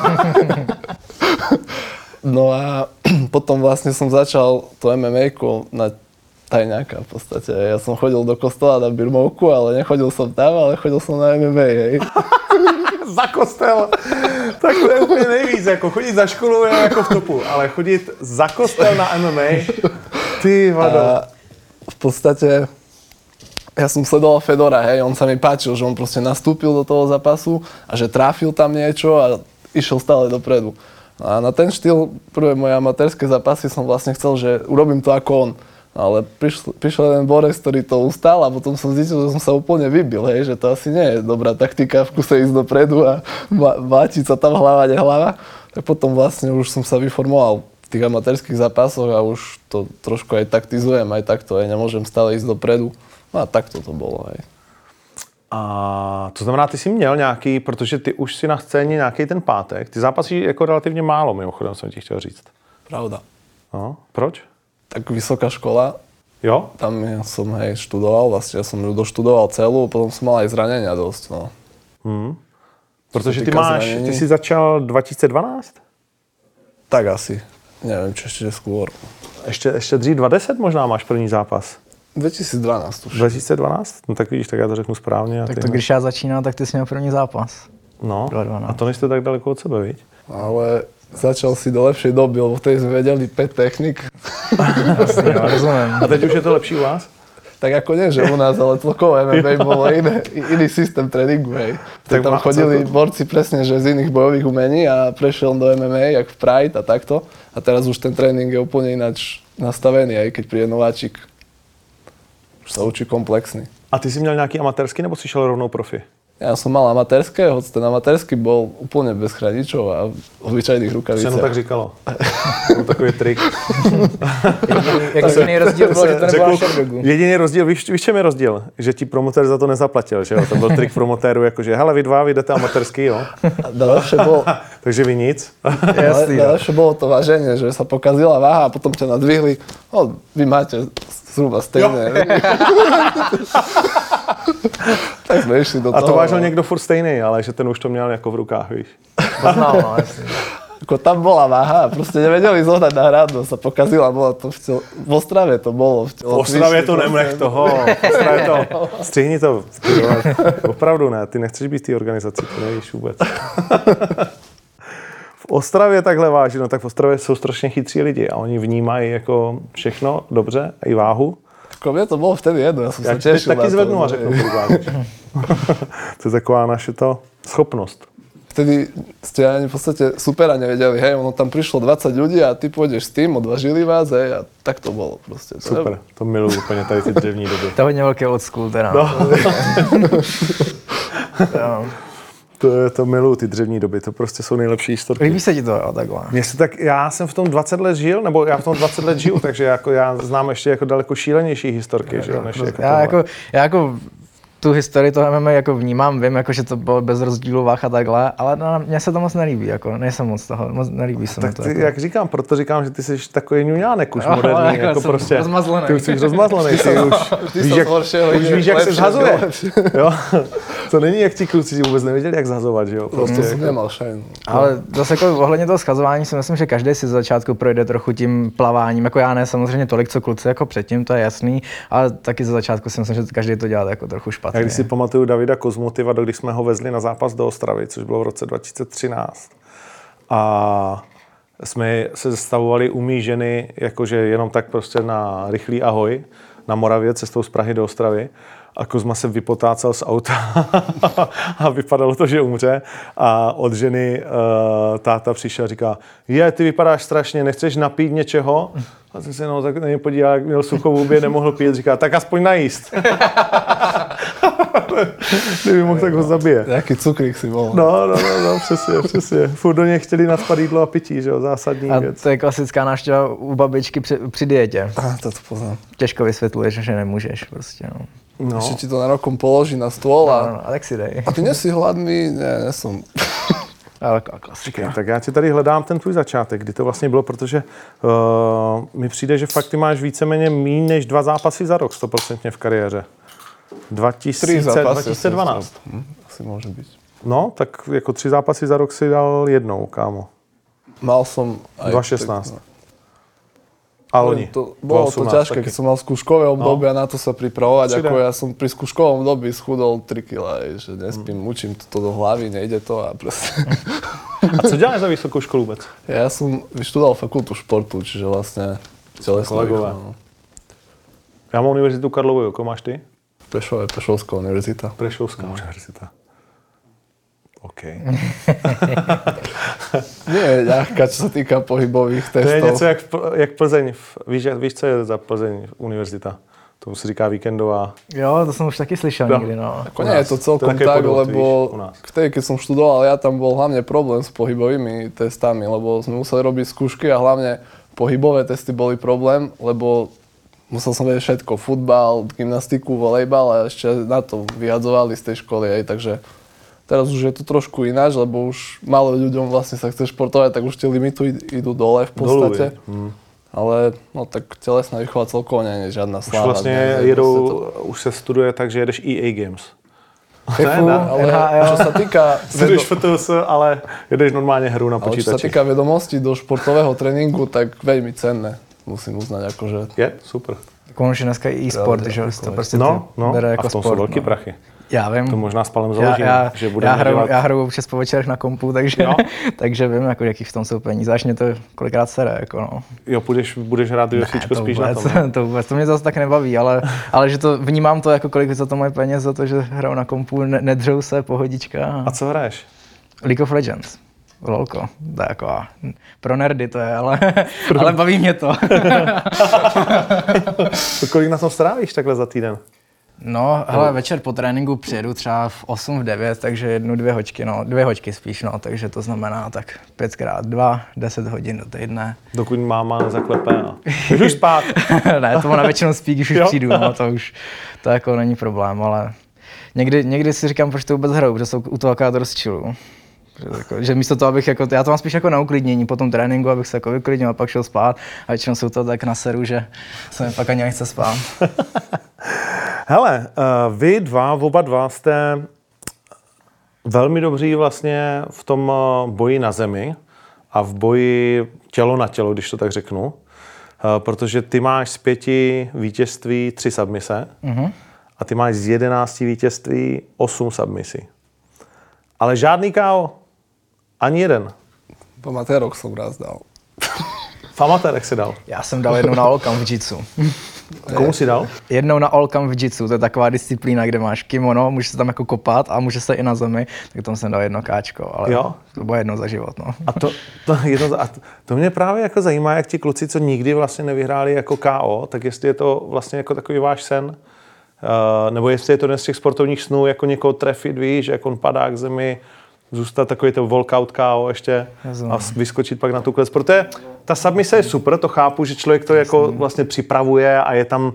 No a potom vlastne som začal to em em á ku na tajňáka v podstate. Ja som chodil do kostola na birmovku, ale nechodil som tam, ale chodil som na em em á, hej. Za kostel. Tak to je úplně nejvíc, jako chodit za školu je jako v topu, ale chodit za kostel na em em á, ty vado. A v podstate ja som sledoval Fedora, hej, on sa mi páčil, že on proste nastúpil do toho zápasu a že tráfil tam niečo a išiel stále dopredu. A na ten štýl prvé moje amatérske zápasy som vlastne chcel, že urobím to ako on. Ale prišiel, prišiel jeden borec, ktorý to ustal a potom som zistil, že som sa úplne vybil, hej, že to asi nie je dobrá taktika v kuse ísť dopredu a vláčiť sa tam hlava, nehlava. Tak potom vlastne už som sa vyformoval v tých amatérských zápasoch a už to trošku aj taktizujem, aj takto, aj nemôžem stále ísť dopredu. No a takto to bolo, hej. A to znamená, ty jsi měl nějaký, protože ty už si na scéně nějaký ten pátek, ty zápasí jako relativně málo, mimochodem jsem ti chtěl říct. Pravda. No, proč? Tak vysoká škola, Jo? tam ja som hej študoval, vlastne ja som ju doštudoval celú, potom som mal aj zranenia dosť, no. Hmm. Protože se ty týká máš, zranění. ty jsi začal dva tisíce dvanáct? Tak asi. Neviem, čo ešte skôr. Ještě, ještě dřív dva tisíce deset možná máš první zápas. dvetisícdvanásť už. dva tisíce dvanáct? No tak vidíš, tak já to řeknu správně. A Tak ty to, ne. když já začínal, tak ty jsi měl první zápas. No, dva tisíce dvanáct. a to nejste tak daleko od sebe, viď? Ale začal si do lepšej doby, lebo vtedy sme vedeli päť technik. Jasně, jo, rozumím. A teď už je to lepší u vás? Tak ako nie, že u nás, ale celkovo em em á bolo iné, iný systém tréningu, hej. Tak Tak tam má- chodili celko- borci presne, že z iných bojových umení a prešiel do em em á, jak v Pride a takto. A teraz už ten tréning je úplne ináč nastavený, aj keď príde nováčik. Už sa učí komplexný. A ty jsi měl nějaký amatérský nebo jsi šel rovnou profi? Ja som mal amatérske, hoď ten amatérsky bol úplne bez chraničov a v obyčajných Se rukaviciach. jenom tak říkalo. To byl takový trik. Jediný rozdíl bylo, že to nebyla Sherdogu. Jediný rozdíl, víš, víš, čem je rozdíl? Že ti promotér za to nezaplatil, že jo? To byl trik promotéru, jakože, hele, vy dva, vy jdete amatérský, jo? A najlepšie bolo, Takže vy nic. Jasný, jo. najlepšie bolo to váženie, že sa pokazila váha a potom ťa nadvihli. No, vy máte zhruba stejné. Tak sme išli do A toho. to vážil někdo furt stejný, ale že ten už to měl jako v rukách, víš? Poznal, no, jasně. Ako tam bola váha a proste nevedeli zohnať na hrádno, sa pokazila, bola to v, tel... v Ostrave to bolo. V, V Ostravě to proste. nemnech toho. V Ostravě to. Střihni to. Ty vole. Opravdu ne, ty nechceš být v té organizaci, to nevíš vůbec. V Ostravě takhle váží, no tak v Ostravě jsou strašně chytří lidi a oni vnímají jako všechno dobře, i váhu. Ako mne to bolo vtedy jedno, ja som Já sa ti teď tešil na taky to. zvednu a že- řeknu, kolik vážíš. To je taková naše to schopnost. Vtedy ste ani v podstate supera nevedeli, hej, ono tam prišlo dvadsať ľudí a ty pôjdeš s tým, odvažili vás, hej, a tak to bolo proste. To Super, to miluju úplně tady ty dřevní doby. To je hodně velký old school teda. No. Jo. To, je, to miluju ty dřevní doby, to prostě jsou nejlepší historky. Líbí se ti to, jo, takhle. Mně se tak, já jsem v tom dvacet let žil, nebo já v tom dvacet let žiju, takže jako já znám ještě jako daleko šílenější historky, že jo, než jako Já tohle. jako, já jako tu historii toho em em á jako vnímám, vím, jako, že to bylo bez rozdílu váh a takhle, ale na mně se to moc nelíbí, jako, nejsem moc toho, moc nelíbí se mi Tak to. ty, Jako. jak říkám, proto říkám, že ty jsi takový ňuňánek už Aha, moderní, jako jako jsem prostě. rozmazlený. Ty už jsi rozmazlený, ty už Ty víš, sa jak, zhoršil, už ide víš, jak se lepšie, zhazuje. lepšie. Jo? To není jak ti kluci ti vůbec nevěděli, jak zhazovat, že jo? Proste Prostě. som nemal šajnu. Ale zase jako ohledně toho schazování si myslím, že každý si z začátku projde trochu tím plaváním, jako já ne samozřejmě tolik, co kluci jako předtím, to je jasný, ale taky ze začátku si myslím, že každý to dělá jako trochu špatně. Já když si pamatuju Davida Kozmutiva, když jsme ho vezli na zápas do Ostravy, což bylo v roce dva tisíce třináct. A jsme se zastavovali u mý ženy, jakože jenom tak prostě na rychlý ahoj na Moravě cestou z Prahy do Ostravy. A Kozma se vypotácal z auta a vypadalo to, že umře. A od ženy uh, táta přišel a říká, je, ty vypadáš strašně, nechceš napít něčeho? A jsem se no, tak na něj podíval, jak měl suchou hubě, nemohl pít, říká, tak aspoň najíst. Kdyby mohl, tak ho zabije. Jaký cukrík si bol. No, no, no, no, přesně, přesně. Furt do něj chtěli nadspat jídlo a pití, že jo, zásadní A věc. to je klasická návštěva u babičky při, při dietě. Aha, to to poznám. Těžko vysvětluješ, že nemůžeš prostě, no. No. Ešte ti to na rokom položí na stôl a... No, no, a tak si dej. A ty nesi hladný? Ne, nesom. Ale klasika. Okay, tak já ti tady hledám ten tvůj začátek, kdy to vlastně bylo, protože uh, mi přijde, že fakt ty máš víceméně míň než dva zápasy za rok, stoprocentně v kariéře. dva tisíce, dva tisíce dvanáct. Hm, asi môže byť. No, tak jako tři zápasy za rok si dal jednou, kámo. Mal som aj... dva šestnásť. A loni. To, bolo to ťažké, keď som mal skúškové obdobie a na to sa pripravovať. Přijde. Ako ja som pri skúškovom období schudol tri kilá, že nespím, Hmm. učím to do hlavy, nejde to a proste... A co děláš za vysokou školu vůbec? Ja som vyštudoval fakultu športu, čiže vlastne telesná Kolegové. výchova, no. Já mám univerzitu Karlovu, jakou máš ty? Prešové, Prešovská univerzita. Prešovská univerzita. OK. Nie je ľahká, čo sa týka pohybových To je testov. něco jak, jak Plzeň. Víš, víš, co je za Plzeň univerzita? Tomu se říká víkendová. Jo, to jsem už taky slyšel No. někdy, no. Ako nie je to celkom To je také tak, podvod, lebo víš, u nás. vtedy, keď som študoval, ja tam bol hlavne problém s pohybovými testami, lebo sme museli robiť skúšky a hlavne pohybové testy boli problém, lebo musel som vedieť všetko, futbal, gymnastiku, volejbal a ešte na to vyhadzovali z tej školy, aj, takže teraz už je to trošku ináč, lebo už málo ľuďom vlastne sa chce športovať, tak už tie limity idú dole v podstate. Dolu, Ale no tak telesná výchova celkovo nie je žiadna Už sláva. vlastně nie, je jedou, proste to- už se studuje tak, že jedeš E A Games. Fifu, Ale N H L. čo sa týka... Studuješ F T S, ale jedeš normálně hru na Ale čo sa počítači. týka vedomostí do športového tréninku, tak veľmi cenné. Musím uznať, akože... Je? Super. Jako už je dneska i e-sport, Pravda, že jako to prostě No, ty no, bere a jako v tom sport. jsou velký no. prachy. Já vím. To možná s Palem já, založíme, já, že já, budeme hraju, dělat... já hraju občas po večerech na kompu, takže, Jo? takže vím, jako, jaký v tom jsou peníze. Až mě to kolikrát sere, jako no. Jo, budeš, budeš hrát UFCčko to spíš vůbec, na tom. Ne? to vůbec, to mě zase tak nebaví, ale, ale že to vnímám to, jako kolik za to mají peněz, za to, že hraju na kompu, ne, nedřou se, pohodička. A co hraješ? League of Legends. Lolko, to je jako pro nerdy to je, ale, ale baví mě to. To kolik na tom strávíš takhle za týden? No, hele, večer po tréninku přijedu třeba v osm, v devět, takže jednu, dvě hoďky, no, dvě hoďky spíš, no, takže to znamená tak pět krát dva, deset hodin do týdne. Dokud máma nezaklepe a můžu už spát. Ne, to ona většinou spí, když už Jo. přijdu, no, to už, to jako není problém, ale někdy, někdy si říkám, proč to vůbec hraju, protože jsou u toho akorát rozčilu. Že, jako, že místo toho, abych jako, já to mám spíš jako na uklidnění po tom tréninku, abych se jako vyklidnil a pak šel spát a většinou jsou to tak na seru, že se mi pak ani nechce spát. Hele, uh, vy dva, oba dva jste velmi dobří vlastně v tom uh, boji na zemi a v boji tělo na tělo, když to tak řeknu. Uh, protože ty máš z pěti vítězství tři submise Mhm. a ty máš z jedenácti vítězství osm submisí. Ale žádný K O. Ani jeden. Po matérok som raz dal. V amatérech si dal. Já jsem dal jednou na Allcam v jitsu. Komu si dal? Jednou na Allcam v jitsu, to je taková disciplína, kde máš kimono, můžeš se tam jako kopat a může se i na zemi, tak tam jsem dal jedno káčko, ale Jo? to bylo jednou za život, no. A to, to, jedno, a to, to mě právě jako zajímá, jak ti kluci, co nikdy vlastně nevyhráli jako K O, tak jestli je to vlastně jako takový váš sen, uh, nebo jestli je to jeden z těch sportovních snů, jako někoho trefit, víš, jak on padá k zemi, zůstat takový to walkout K O ještě a vyskočit pak na tu klec. Protože ta submise je super, to chápu, že člověk to jako vlastně připravuje a je tam,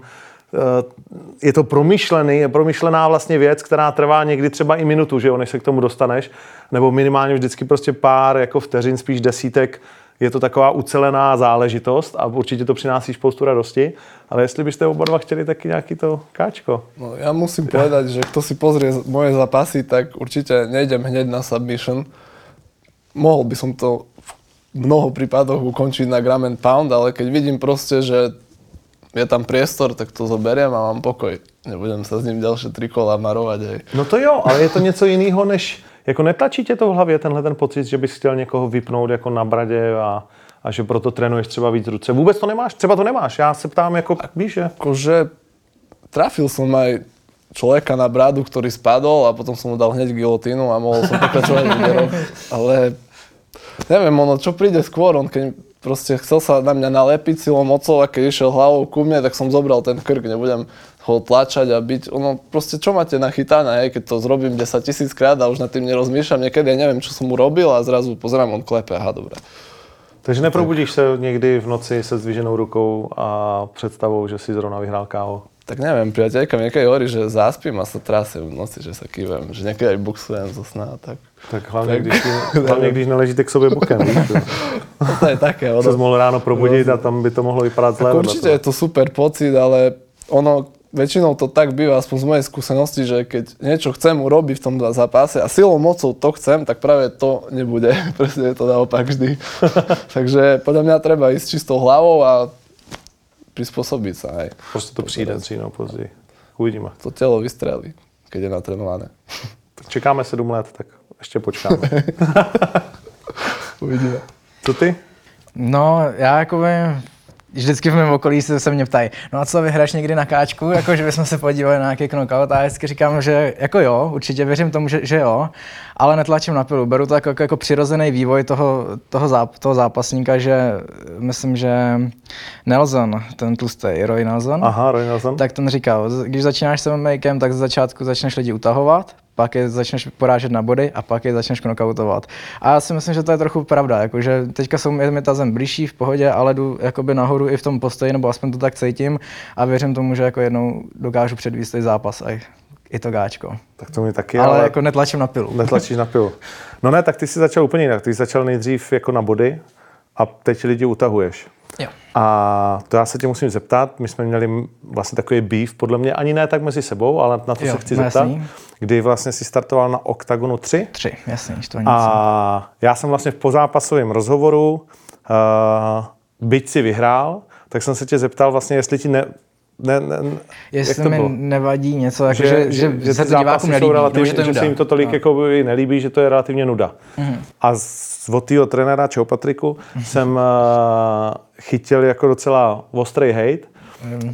je to promyšlený, je promyšlená vlastně věc, která trvá někdy třeba i minutu, že jo, než se k tomu dostaneš, nebo minimálně vždycky prostě pár jako vteřin, spíš desítek. Je to taková ucelená záležitost a určitě to přináší spoustu radosti, ale jestli byste oba dva chtěli taky nějaký to káčko. No, ja musím povedať, že kto si pozrie moje zápasy, tak určite nejdem hneď na submission. Mohol by som to v mnoho prípadoch ukončiť na gram and pound, ale keď vidím proste, že je tam priestor, tak to zoberiem a mám pokoj. Nebudem sa s ním ďalšie tri kola marovať. Aj. No to jo, ale je to něco jiného, než jako netlačí tě to v hlavě, tenhle ten pocit, že bys chtěl někoho vypnout jako na bradě a, a že proto trénuješ třeba víc ruce. Vůbec to nemáš, třeba to nemáš. Já se ptám, jako víš, že? Akože trafil som aj človeka na brádu, ktorý spadol a potom som mu dal hneď gilotínu a mohol som pokračovať výberov. Ale neviem, ono, čo príde skôr, on keď proste chcel sa na mňa nalepiť silou mocou a keď išiel hlavou ku mne, tak som zobral ten krk, nebudem ho tlačať a byť, ono proste čo máte nachytané, keď to zrobím desaťtisíc krát a už nad tým nerozmýšľam, niekedy ja neviem, čo som urobil a zrazu pozerám, on klepe, aha, dobre. Takže neprobudíš se někdy v noci se zdviženou rukou a představou, že si zrovna vyhrál ká ó? Tak neviem, priateľka mi niekedy hovorí, že zaspím a sa trasím v noci, že sa kývem, že niekedy aj boxujem zo sna, tak... Tak hlavně, tak, když, hlavně když neležíte k sobě bokem, víš? No to je také. Ono... Se mohl ráno probudit a tam by to mohlo vypadat zle. Určite je to super pocit, ale ono väčšinou to tak býva, aspoň z mojej skúsenosti, že keď niečo chcem urobiť v tom zápase a silou mocou to chcem, tak práve to nebude. Presne je to naopak vždy. Takže podľa mňa treba ísť čistou hlavou a prispôsobiť sa aj. Prostě to přijde dřív nebo později. Uvidíme. To tělo vystrelí, keď je natrénované. Tak čekáme sedm let, tak ještě počkáme. Uvidíme. Co ty? No, já jakoby vždycky v mém okolí se, se mě ptají, no a co, vyhraješ někdy na káčku, jako že bychom se podívali na nějaký knockout a já vždycky říkám, že jako jo, určitě věřím tomu, že, že jo, ale netlačím na pilu, beru to jako, jako, jako přirozený vývoj toho, toho, záp, toho zápasníka, že myslím, že Nelson, ten tlustý, Roy Nelson, Aha, Roy Nelson. tak ten říkal, když začínáš s MMAkem, tak z začátku začneš lidi utahovat, pak je začneš porážet na body a pak je začneš knockoutovat. A já si myslím, že to je trochu pravda, jakože teďka jsou mi ta zem blížší v pohodě, ale jdu jakoby nahoru i v tom postoji, nebo aspoň to tak cítím a věřím tomu, že jako jednou dokážu předvíst zápas a i to gáčko. Tak to mi taky, ale, ale jako netlačím na pilu. Netlačíš na pilu. No ne, tak ty jsi začal úplně jinak. Ty jsi začal nejdřív jako na body a teď lidi utahuješ. Jo. A to já se tě musím zeptat, my jsme měli vlastně takový beef, podle mě ani ne tak mezi sebou, ale na to jo, se chci zeptat, jasný. Kdy vlastně si startoval na Oktagonu tři. Tři, jasně, to nic. A já jsem vlastně v pozápasovém rozhovoru, uh, byť si vyhrál, tak jsem se tě zeptal vlastně, jestli ti ne... Ne, ne, jestli jak to mi bylo? nevadí něco, jako, že, že, že, že, že se ty to divákům nelíbí, relativně, že, to že se jim to tolik no. jako nelíbí, že to je relativně nuda. Mm-hmm. A z, od tého trenéra Čeho Patriku mm-hmm. jsem uh, chytil jako docela ostrý hate. Mm-hmm. Uh,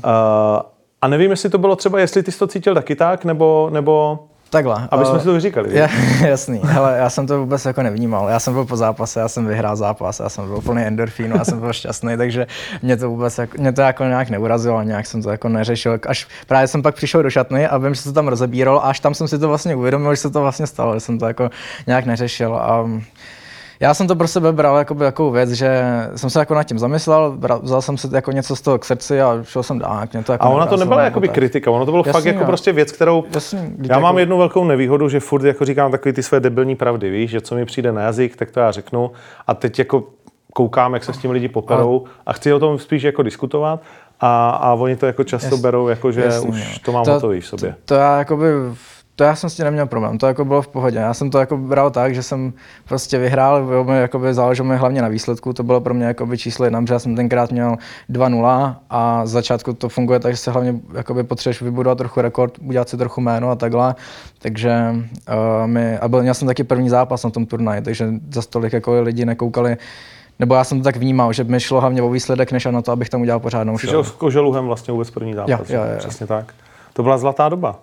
a nevím, jestli to bylo třeba, jestli ty jsi to cítil taky tak, nebo... nebo takhle. Aby jsme uh, si to vyříkali. Ja, jasný, hele, já jsem to vůbec jako nevnímal. Já jsem byl po zápase, já jsem vyhrál zápas, já jsem byl plný endorfínu, já jsem byl šťastný, takže mě to vůbec jako, mě to jako nějak neurazilo, nějak jsem to jako neřešil. Až právě jsem pak přišel do šatny a vím, že se to tam rozebíral a až tam jsem si to vlastně uvědomil, že se to vlastně stalo, že jsem to jako nějak neřešil. A já jsem to pro sebe bral jako takovou věc, že jsem se jako nad tím zamyslel, vzal jsem si jako něco z toho k srdci a šel jsem dál. Mě to jako a ona to nebyla jakoby kritika, ono to bylo jasný, fakt jako prostě věc, kterou... Jasný, já jako... mám jednu velkou nevýhodu, že furt jako říkám takový ty své debilní pravdy, víš, že co mi přijde na jazyk, tak to já řeknu a teď jako koukám, jak se s tím lidi poperou a, a chci o tom spíš jako diskutovat a, a oni to jako často jasný, berou, jako že jasný, už to mám to, hotový v sobě. To, to já jakoby... To já jsem s tím neměl problém, to jako bylo v pohodě. Já jsem to jako bral tak, že jsem prostě vyhrál, jakoby záleželo mi hlavně na výsledku, to bylo pro mě jakoby číslo jedna, protože já jsem tenkrát měl dva nula a z začátku to funguje tak, že se hlavně jakoby potřebuješ vybudovat trochu rekord, udělat si trochu jméno a takhle. Takže uh, my, a byl, měl jsem taky první zápas na tom turnaji, takže za tolik jako lidi nekoukali. Nebo já jsem to tak vnímal, že mi šlo hlavně o výsledek, než na to, abych tam udělal pořádnou show. Přišel s Koželuhem vlastně vůbec první zápas, jo, jo, jo. Přesně tak. To byla zlatá doba.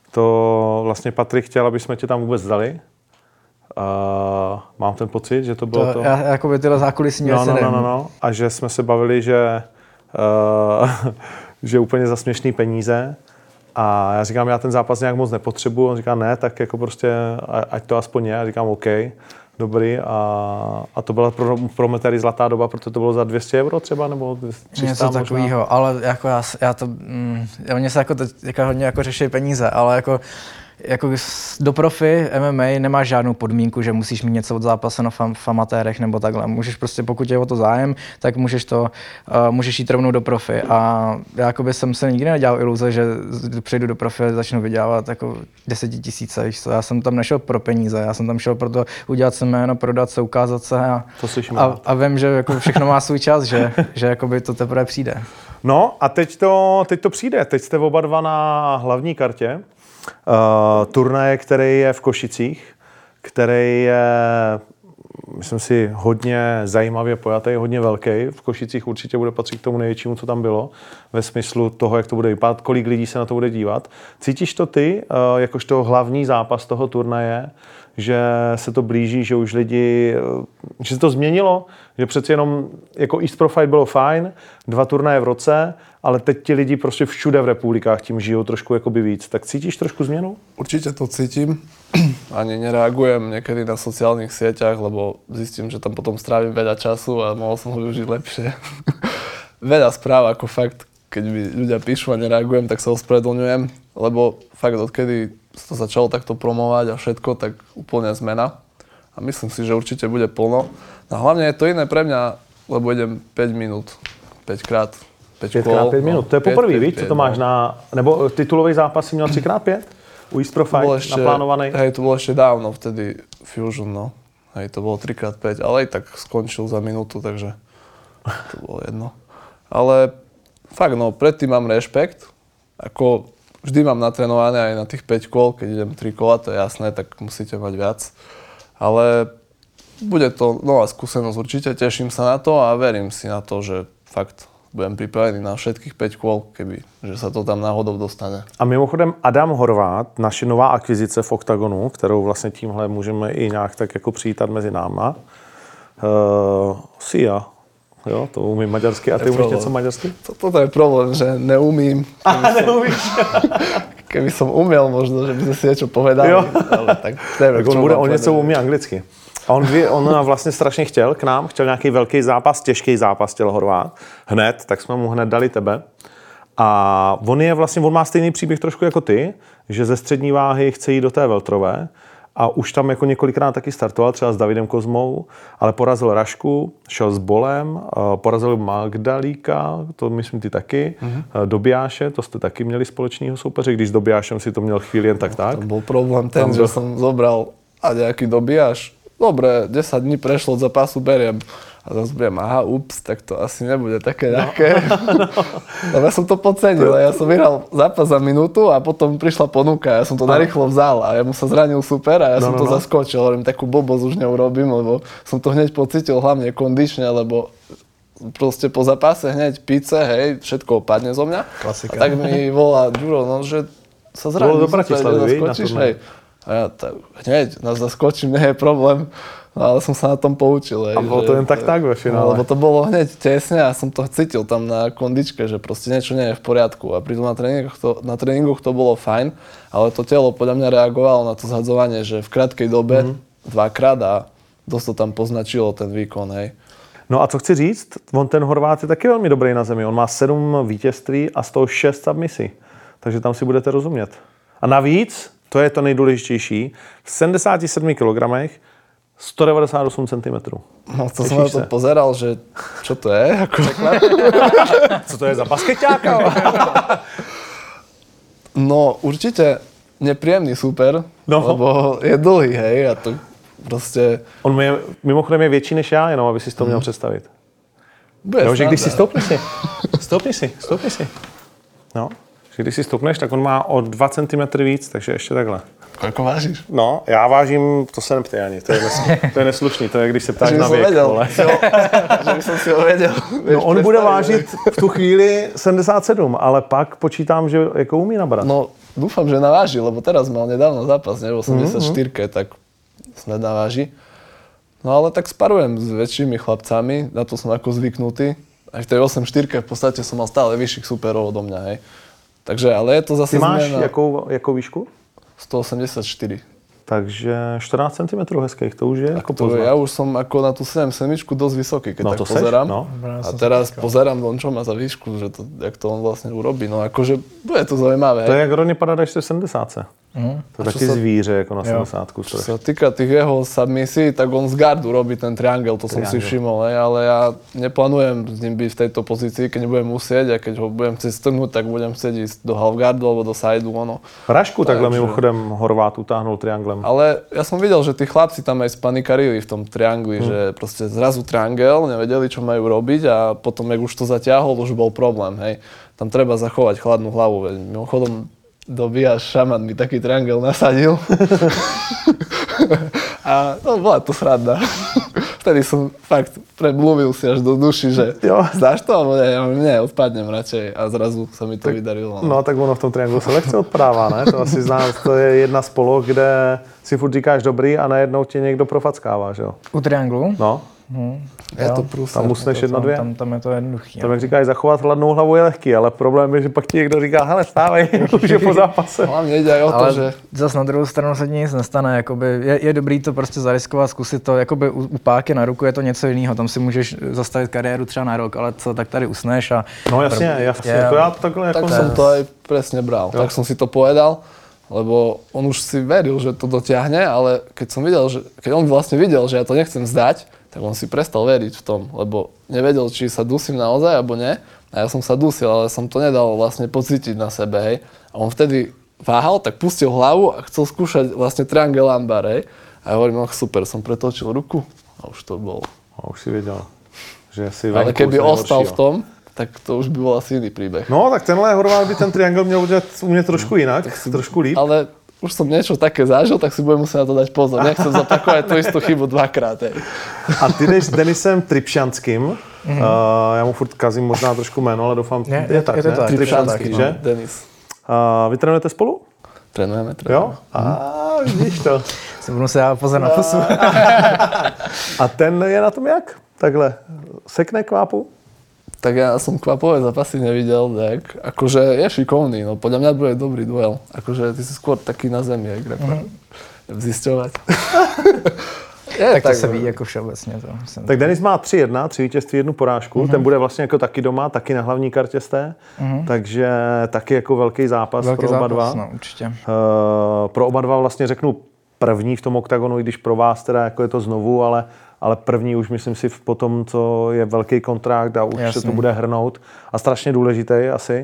To vlastně Patrik chtěl, aby jsme tě tam vůbec dali. Uh, mám ten pocit, že to bylo to... to... Já jakoby tyhle zákulisní no, věci no, no, no, no. A že jsme se bavili, že, uh, že úplně za směšný peníze. A já říkám, já ten zápas nějak moc nepotřebuji. On říká, ne, tak jako prostě, ať to aspoň je. Já říkám, OK, dobrý. A, a to byla pro, pro mě tady zlatá doba, protože to bylo za dvě stě euro třeba, nebo tři sta něco takového, ale jako já, já to, mm, mě se jako teď jako hodně jako řeší peníze, ale jako jako do profi M M A nemáš žádnou podmínku, že musíš mít něco od zápasu na fam, v amatérech nebo takhle. Můžeš prostě, pokud je o to zájem, tak můžeš to, uh, můžeš jít rovnou do profi. A já jakoby jsem se nikdy nedělal iluze, že přejdu do profi a začnu vydělávat jako desetitisíce. Já jsem tam nešel pro peníze, já jsem tam šel pro to udělat se jméno, prodat se, ukázat se a, a, a vím, že jako všechno má svůj čas, že, že jakoby to teprve přijde. No a teď to, teď to přijde. Teď jste oba dva na hlavní kartě. Uh, turnaje, který je v Košicích, který je, myslím si, hodně zajímavě pojatý, hodně velký. V Košicích určitě bude patřit k tomu největšímu, co tam bylo, ve smyslu toho, jak to bude vypadat, kolik lidí se na to bude dívat. Cítíš to ty, uh, jakožto hlavní zápas toho turnaje, že se to blíží, že už lidi, že se to změnilo, že přeci jenom jako East Pro Fight bylo fajn, dva turnaje v roce, ale teď ti lidi prostě všude v republikách tím žijou trošku jakoby víc. Tak cítíš trošku změnu? Určite to cítim. Ani nereagujem niekedy na sociálnych sieťach, lebo zistím, že tam potom strávim veľa času a mohol som ho využiť lepšie. Veľa správ, ako fakt, keď mi ľudia píšu a nereagujem, tak sa ospravedlňujem, lebo fakt odkedy to začalo takto promovať a všetko, tak úplne zmena. A myslím si, že určite bude plno. A hlavne je to iné pre mňa, lebo idem päť minút, päť krát. pět krát pět minut, to je poprvé, víš, co to máš na, nebo titulový zápas si měl tři krát pět? U East Pro Fight ešte, naplánovaný? Hej, to bolo ešte dávno, vtedy Fusion, no. Hej, to bolo tri krát päť, ale aj tak skončil za minútu, takže to bolo jedno. Ale fakt, no, predtým mám rešpekt, ako vždy mám natrénované aj na tých päť kôl, keď idem tri kola, to je jasné, tak musíte mať viac. Ale bude to nová skúsenosť určite, teším sa na to a verím si na to, že fakt budem pripravený na všetkých päť kôl, keby, že sa to tam náhodou dostane. A mimochodem Adam Horvát, naše nová akvizice v Octagonu, kterou vlastně tímhle můžeme i nějak tak jako přijítat mezi náma. Uh, Sia, jo, to umím maďarsky. A ty umíš něco maďarsky? To, toto je problém, že neumím. A neumíš? Keby som umiel možno, že by sme si niečo povedali, jo. ale tak neviem, tak on bude o něco umí anglicky. A on, dvě, on vlastně strašně chtěl k nám, chtěl nějaký velký zápas, těžký zápas chtěl Horvát. Hned, tak jsme mu hned dali tebe. A on je vlastně, on má stejný příběh trošku jako ty, že ze střední váhy chce jít do té welterové a už tam jako několikrát taky startoval, třeba s Davidem Kozmou, ale porazil Rašku, šel s Bolem, porazil Magdalíka, to myslím ty taky, mm-hmm. Dobijáše, to jste taky měli společného soupeře, když s Dobijášem si to měl chvíli jen tak tak. To bol problém ten, tam že byl... som zobral a nejaký Dobijáš. Dobre, desať dní prešlo od zápasu, beriem. A zase budem, aha, ups, tak to asi nebude také ľahké. No. No. Ja som to podcenil, ja som vyhral zápas za minútu a potom prišla ponuka, ja som to narýchlo vzal a ja mu sa zranil super a ja no, som no, to no. zaskočil, hovorím, takú blbosť už neurobím, lebo som to hneď pocítil, hlavne kondične, lebo proste po zápase hneď pice, hej, všetko opadne zo mňa. Klasika. A tak mi volá Ďuro, no, že sa zranil, super, zaskočíš, hej. A ja tak hneď nás zaskočím, nie je problém. No, ale som sa na tom poučil. Hej, a bolo to jen tak tak ve finále. No, lebo to bolo hneď tesne a som to cítil tam na kondičke, že proste niečo nie je v poriadku. A pritom na tréningoch to, na tréningoch to bolo fajn, ale to telo podľa mňa reagovalo na to zhadzovanie, že v krátkej dobe mm-hmm. dvakrát a dosť to tam poznačilo ten výkon. Hej. No a co chci říct, on ten Horvát je taky velmi dobrý na zemi. On má sedm vítězství a z toho šest submisí. Takže tam si budete rozumět. A navíc, to je to nejdůležitější, v sedmdesáti sedmi kilogramech sto devadesát osm centimetrů. No to som na to pozeral, že čo to je? Ako... Co to je za baskeťáka? No určite nepríjemný super, no. Lebo je dlhý, hej, a to proste... On je, mimochodem je větší než já, jenom aby si to měl mm. představit. Bude no, že když si stoupni si, stoupni si, stoupni si. No, že když si stoupneš, tak on má o dva centimetry víc, takže ještě takhle. Koľko vážíš? No, já vážím, to se neptej ani, to je, nes, to je neslušný, to je, když se ptáš na věk, vole. Že by som si ho vedel. No, on bude vážit v tu chvíli sedmdesát sedm, ale pak počítám, že jako umí nabrat. No, dúfam, že naváži, lebo teraz mal nedávno zápas, ne, v osemdesiatštyri, mm-hmm. tak snad naváži. No ale tak sparujem s väčšími chlapcami, na to som ako zvyknutý. Aj v tej osemdesiatštyri v podstate som mal stále vyšších superov odo mňa, hej. Takže, ale je to zase Ty máš zmena. jakou, jakou výšku? sto osemdesiatštyri. Takže čtrnáct centimetrů hezkých, to už je tak jako to, poznat. ja už som ako na tú sedem sedmičku dosť vysoký, keď no, tak to pozerám. Seš, no. A teraz pozerám, on čo má za výšku, že to, jak to on vlastne urobí. No akože bude to zaujímavé. To je jak Ronnie Paradise v sedmdesátce. Mm. To je taky sa, zvíře, jako na sedmdesátku. Čo sa týka tých jeho submisí, tak on z gardu robí ten triangel, to triangel. Som si všimol, hej, ale ja neplánujem s ním byť v tejto pozícii, keď nebudem musieť a keď ho budem chcieť strhnúť, tak budem chcieť ísť do half gardu alebo do sideu, ono. Rašku takhle mimochodem Horvát utáhnul trianglem. Ale ja som videl, že tí chlapci tam aj spanikarili v tom triangli, hmm. že proste zrazu triangel, nevedeli, čo majú robiť a potom, jak už to zatiahol, už bol problém, hej. Tam treba zachovať chladnú hlavu, veď mimochodom Dobijáš šaman mi taký triangel nasadil. A no, bola to sranda. V vtedy som fakt preblúvil si až do duši, že Jo. zdáš to, alebo nie, ja hovorím, nie, odpadnem radšej a zrazu sa mi to vydarilo. No tak ono v tom trianglu se lehce odpadává, ne? To asi znám, to je jedna z poloh, kde si furt říkáš dobrý a najednou tě někdo profackává, že jo? U trianglu? No, Hmm. Je Jo. to prúser. tam usneš jedno, dvě. Tam, tam je to jednoduchý. Tam jak říkáš, zachovat hladnou hlavu je lehký, ale problém je, že pak ti někdo říká, hele, stávej, už je po zápase. Hlavne ide aj o to, Ale že zas na druhou stranu se nic nestane, jakoby je, je dobrý to prostě zariskovat, zkusit to, jakoby u, u páky na ruku je to něco jiného, tam si můžeš zastavit kariéru třeba na rok, ale co, tak tady usneš a... No jasně, jasně, Je, to já to takhle tak jako... som to aj presne bral. Tak som si to povedal, lebo on už si veril, že to dotiahne, ale keď som videl, že, keď on vlastne videl, že ja to nechcem vzdať, tak on si prestal veriť v tom, lebo nevedel, či sa dusím naozaj, alebo nie. A ja som sa dusil, ale som to nedal vlastne pocítiť na sebe, hej. A on vtedy váhal, tak pustil hlavu a chcel skúšať vlastne triangel lambar, hej. A ja hovorím, no super, som pretočil ruku a už to bolo. A už si věděl, že si Ale venku keby z ostal nejhoršího. v tom, tak to už by bol asi iný príbeh. No, tak tenhle Horvát by ten triangel měl udělat u mě trošku jinak, trošku líp. Ale už som niečo také zažil, tak si budem musieť na to dať pozor. Nechcem zopakovať tú istú chybu dvakrát. Hej. A ty jdeš s Denisem Tripšanským, mm-hmm. uh, já mu furt kazím možná trošku jméno, ale doufám, Je- je, je- tak, je to ne? tak. Tripšanský, no, že? Denis. Uh, vy trénujete spolu? Trénujeme, trénujeme. Jo? A vidíš to. Si budu se dávat pozor na pusu. A ten je na tom jak? Takhle, sekne kvápu? Tak ja som kvapové zápasy nevidel, tak akože je šikovný, no podľa mňa bude dobrý duel. Akože ty si skôr taký na zemi, jak rapper. Mm-hmm. Zisťovať. je, tak to se ví jako všeobecně. To jsem... Tak Denis má tři jedna, tři vítězství, jednu porážku. Mm-hmm. Ten bude vlastně jako taky doma, taky na hlavní kartě jste. Mm-hmm. Takže taky jako velký zápas Velký pro oba zápas, dva. no, určitě. Uh, pro oba dva vlastně řeknu první v tom oktagonu, i když pro vás teda jako je to znovu, ale, ale první už myslím si po tom, co je velký kontrakt a už Jasný. se to bude hrnout a strašně důležitý asi.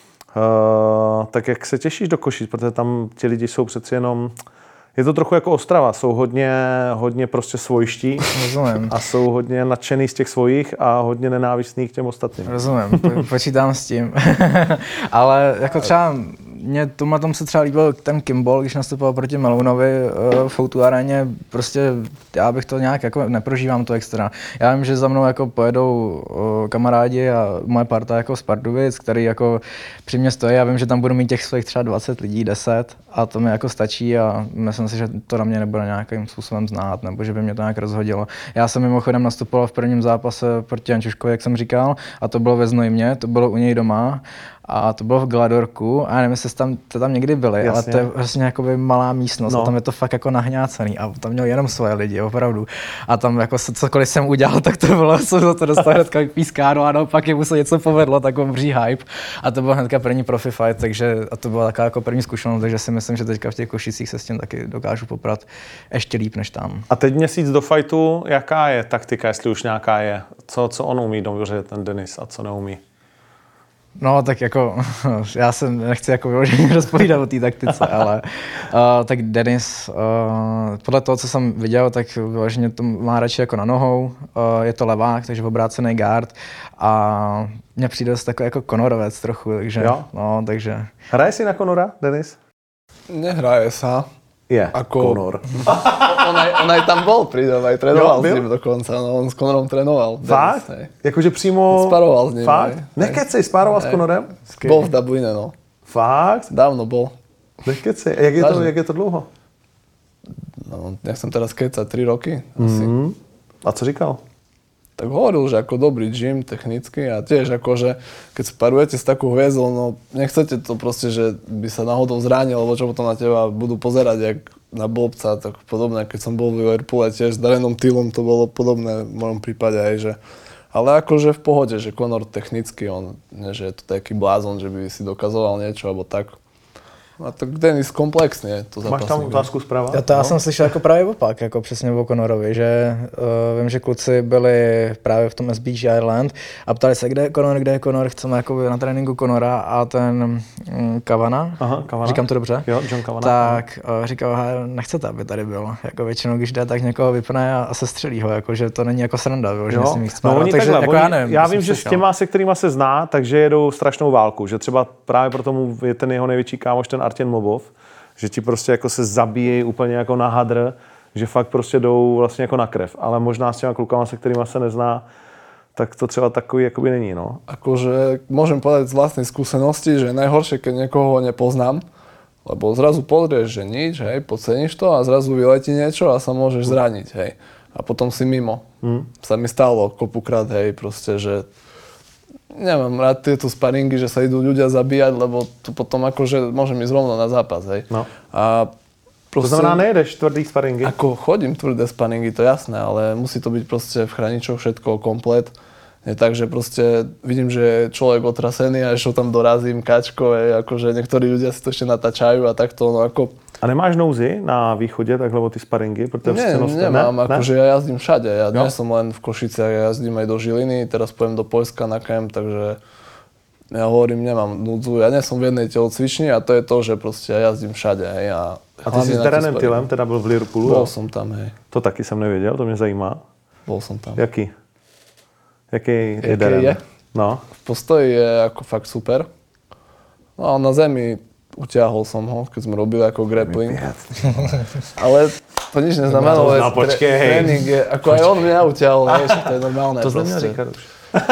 Uh, tak jak se těšíš do Košic, protože tam ti lidi jsou přeci jenom, je to trochu jako Ostrava, jsou hodně, hodně prostě svojští Rozumím. a jsou hodně nadšený z těch svojich a hodně nenávistný k těm ostatním. Rozumím, po- počítám s tím. Ale jako třeba mě tomhle tom se třeba líbil ten Kimball, když nastupoval proti Melounovi uh, v Outu aréně, prostě já bych to nějak jako neprožívám to extra. Já vím, že za mnou jako pojedou uh, kamarádi a moje parta jako z Pardubic, který jako při mě stojí, já vím, že tam budu mít těch svých třeba dvacet lidí, deset a to mi jako stačí a myslím si, že to na mě nebude nějakým způsobem znát, nebo že by mě to nějak rozhodilo. Já jsem mimochodem nastupoval v prvním zápase proti Jančuškovi, jak jsem říkal, a to bylo ve Znojmě, to bylo u něj doma. A to bylo v Gladorku a já nevím, jestli jste tam, to tam někdy byli, Jasně. ale to je vlastně jakoby malá místnost No. a tam je to fakt jako nahňácený a tam měl jenom svoje lidi, opravdu. A tam jako se, cokoliv jsem udělal, tak to bylo, co za to dostal hnedka pískáno a naopak jemu se něco povedlo, tak obří hype. A to byl hnedka první profi fight, takže a to byla taková jako první zkušenost, takže si myslím, že teďka v těch Košicích se s tím taky dokážu poprat ještě líp než tam. A teď měsíc do fightu, jaká je taktika, jestli už nějaká je? Co, co on umí dobře, ten Denis, a co neumí? No, tak jako, já se nechci jako vyloženě rozpovídat o té taktice, ale uh, tak Denis, uh, podle toho, co jsem viděl, tak vyloženě to má radši jako na nohou, uh, je to levák, takže obrácený guard a mně přijde dost takový jako Conorovec trochu, takže, Jo? no, takže. Hraje si na Conora, Denis? Nehraje sa. Je, Ako- Conor. On aj, on aj tam bol pri ňom, aj trénoval Jo, s byl? ním dokonca. No, on s Conorom trénoval. Fakt? Denis, hej. Jakože přímo... Sparoval s ním. Fakt? hej. Nekecej, spároval s Hej. Conorem? Bol v Dubline, no. Fakt? Dávno bol. Nekecej. Jak je to, Vážne. jak je to dlouho? No, nechcem teraz kecať, tri roky asi. Mm. A co říkal? Tak hovoril, že ako dobrý gym technicky a tiež ako, že keď sparujete s takou hviezdou, no nechcete to proste, že by sa náhodou zranil, alebo čo potom na teba budú pozerať jak na blbca, tak podobné. Keď som bol v Liverpoole tiež s Darenom Tillom, to bolo podobné v mojom prípade aj, že ale akože v pohode, že Conor technicky, on nie, že je to taký blázon, že by si dokazoval niečo, alebo tak. A tak Denis komplexně to Máš tam zápasník. otázku zprava? Já to já No. jsem slyšel jako právě opak, jako přesně o Conorovi, že uh, vím, že kluci byli právě v tom S B G Ireland a ptali se, kde je Conor, kde je Conor, chceme jako na tréninku Conora a ten um, Kavana, Aha, Kavana. říkám to dobře, Jo, John Kavana. tak uh, říkal, hele, nechcete, aby tady byl, jako většinou, když jde, tak někoho vypne a, a se střelí ho, jako, že to není jako sranda, jo, že s ním jich no oni takže takhle, jako oni, já nevím. já to jsem vím, že s slyšel. těma, se kterýma se zná, takže jedou strašnou válku, že třeba právě proto mu je ten jeho největší kámoš, ten Artěn Mobov, že ti prostě jako se zabíjí úplně jako na hadr, že fakt prostě jdou vlastně jako na krev, ale možná s těma klukama, se kterýma se nezná, tak to třeba takový jakoby není, no. Akože môžem povedať z vlastnej skúsenosti, že je najhoršie, keď niekoho nepoznám, lebo zrazu pozrieš, že nič, hej, podceníš to a zrazu vyletí niečo a sa môžeš zraniť, hej. A potom si mimo. Hmm. Sa mi stalo kopukrát, hej, proste, že nemám rád tieto sparingy, že sa idú ľudia zabíjať, lebo tu potom akože môžem ísť rovno na zápas, hej. No. A proste, to znamená, nejedeš tvrdý sparingy? Ako chodím tvrdé sparingy, to jasné, ale musí to byť proste v chráničoch všetko komplet. Je tak, že proste vidím, že je človek otrasený a ešte tam dorazím kačko, hej, akože niektorí ľudia si to ešte natáčajú a takto, no ako... A nemáš nouzy na východě takhle o ty sparingy? Nie, nemám, ne? akože ja jazdím všade, ja nie som len v Košiciach, ja jazdím aj do Žiliny, teraz pojem do Poľska na kemp, takže ja hovorím, nemám núdzu, ja nie som v jednej telocvični a to je to, že proste ja jazdím všade, hej. A, a ty jsi s Derenem Tylem teda byl v Liverpoolu? Bol som tam, hej. To taky jsem nevěděl, to mě zajímá. Bol som tam. Jaký? Jaký je Jaký Deren? je? No. V postoji je ako fakt super. No a na zemi utiahol som ho, keď sme robili ako grappling. Ale to nič neznamená, ale no, počkej, tre- tréning je, ako počkej. Aj on mňa utiahol, vieš, to je normálne. To proste. znamená říkat už.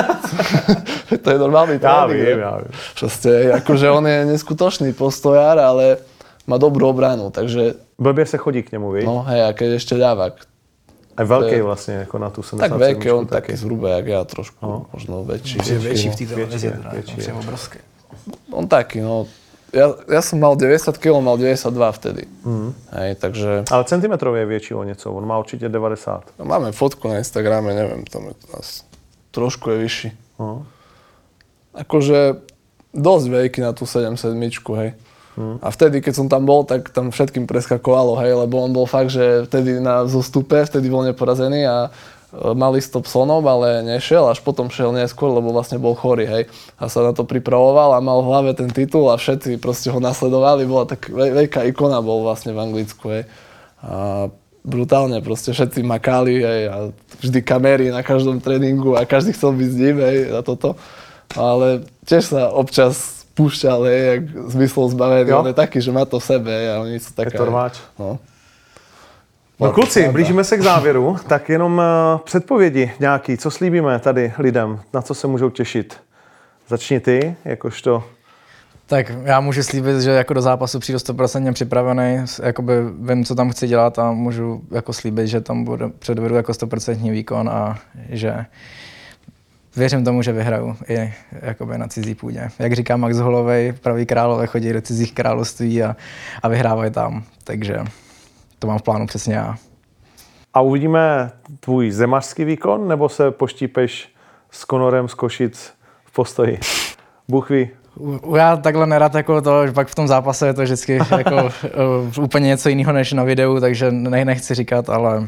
To je normálny tréning. Já vím, já vím. Proste, akože on je neskutočný postojár, ale má dobrú obranu, takže... Blbě se chodí k němu, víš? No hej, a keď ešte ľavák. A veľký je, vlastně, jako na tu sedmdesát Tak sedm. veľký, on taký zhruba, jak ja, trošku, no. Možno väčší. Je větší v té Větší, televizi, větší, je větší. obrovský. On taký, no. Ja, ja som mal deväťdesiat kilogramov, mal deväťdesiatdva vtedy. Mm. Hej, takže... Ale centimetrově je větší o něco, on má určitě devadesát. No, máme fotku na Instagrame, neviem, tam je asi trošku je vyšší. Uh-huh. Akože dosť veľký na tú sedem sedmičku, hej. Hmm. A vtedy, keď som tam bol, tak tam všetkým preskakovalo, hej, lebo on bol fakt, že vtedy na zostupe, vtedy bol neporazený a mal ísť Thompsonov, ale nešiel, až potom šiel neskôr, lebo vlastne bol chorý, hej. A sa na to pripravoval a mal v hlave ten titul a všetci proste ho nasledovali, bola tak veľká ikona bol vlastne v Anglicku, hej. A brutálne proste všetci makali, hej, a vždy kamery na každom tréningu a každý chcel byť s ním, hej, a toto. Ale tiež sa občas púšťal, hej, jak zmyslov zbavený, on je taký, že má to v sebe, hej, a oni sú taká... Je to rváč. No. No kluci, blížíme se k závěru, tak jenom uh, předpovědi nějaký, co slíbíme tady lidem, na co se můžou těšit. Začni ty, jakožto... Tak já můžu slíbit, že jako do zápasu přijdu sto procent připravený, jakoby vím, co tam chci dělat a můžu jako slíbit, že tam budu, předvedu jako sto procent výkon a že věřím tomu, že vyhraju i jakoby na cizí půdě. Jak říká Max Holloway, praví králové chodí do cizích království a, a vyhrávají tam, takže to mám v plánu přesně já. A uvidíme tvůj zemařský výkon, nebo se poštípeš s Conorem z Košic v postoji? Bůh ví. Já takhle nerad jako to, že pak v tom zápase je to vždycky jako uh, úplně něco jiného než na videu, takže ne, nechci říkat, ale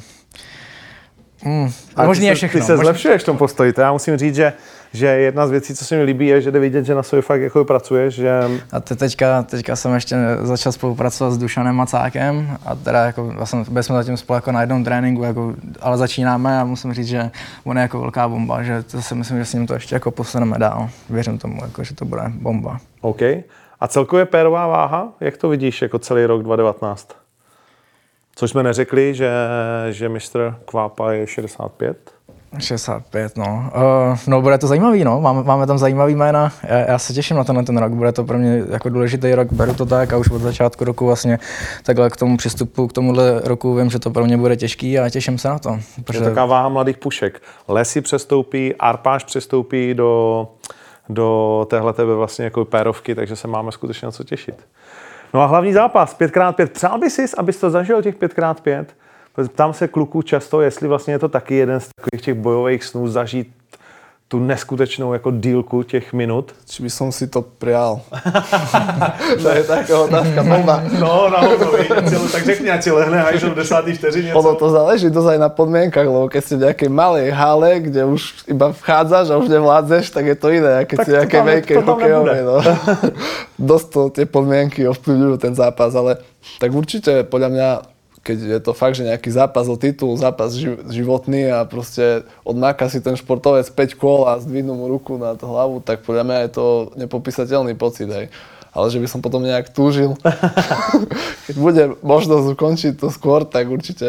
mm, možný je všechno. Ty se možný... zlepšuješ v tom postoji, to já musím říct, že, že jedna z věcí, co se mi líbí, je, že jde vidět, že na sobě fakt jako pracuješ, že... A te, teďka, teďka jsem ještě začal spolupracovat s Dušanem Macákem a teda jako, vlastně, byli jsme zatím spolu jako na jednom tréninku, jako, ale začínáme a musím říct, že on je jako velká bomba, že to si myslím, že s ním to ještě jako posuneme dál. Věřím tomu, jako, že to bude bomba. OK. A celkově pérová váha, jak to vidíš jako celý rok dva tisíce devatenáct? Což jsme neřekli, že, že mistr Kvápa je šedesát pět. šedesát pět, no. Uh, no, bude to zajímavý, no. Máme, máme tam zajímavý jména. Já, já se těším na tenhle ten rok. Bude to pro mě jako důležitý rok, beru to tak a už od začátku roku vlastně takhle k tomu přístupu, k tomuhle roku vím, že to pro mě bude těžký a těším se na to. Protože... Je taková váha mladých pušek. Lesy přestoupí, Arpáš přestoupí do, do téhle tebe vlastně jako pérovky, takže se máme skutečně na co těšit. No a hlavní zápas, pět krát pět. Přál by sis, abys to zažil těch pět krát pět? Ptám se kluků často, jestli vlastně je to taky jeden z takových těch bojových snů zažít tu neskutečnou jako dílku těch minut. Či by som si to prial. To je taká otázka bomba. No, no, no, no tak řekni, ať si lehne hajzl v desátý vteřině. Ono to záleží dosť aj na podmienkach, lebo keď si v nejakej malej hale, kde už iba vchádzaš a už nevládzeš, tak je to iné, a keď tak si v nejakej veľkej hokejovej. No. Dosť to tie podmienky ovplyvňujú ten zápas, ale tak určite podľa mňa, keď je to fakt, že nejaký zápas o titul, zápas životný a proste odmáka si ten športovec päť kôl a zdvihnú mu ruku nad hlavu, tak podľa mňa je to nepopísateľný pocit, hej. Ale že by som potom nejak túžil, keď bude možnosť ukončiť to skôr, tak určite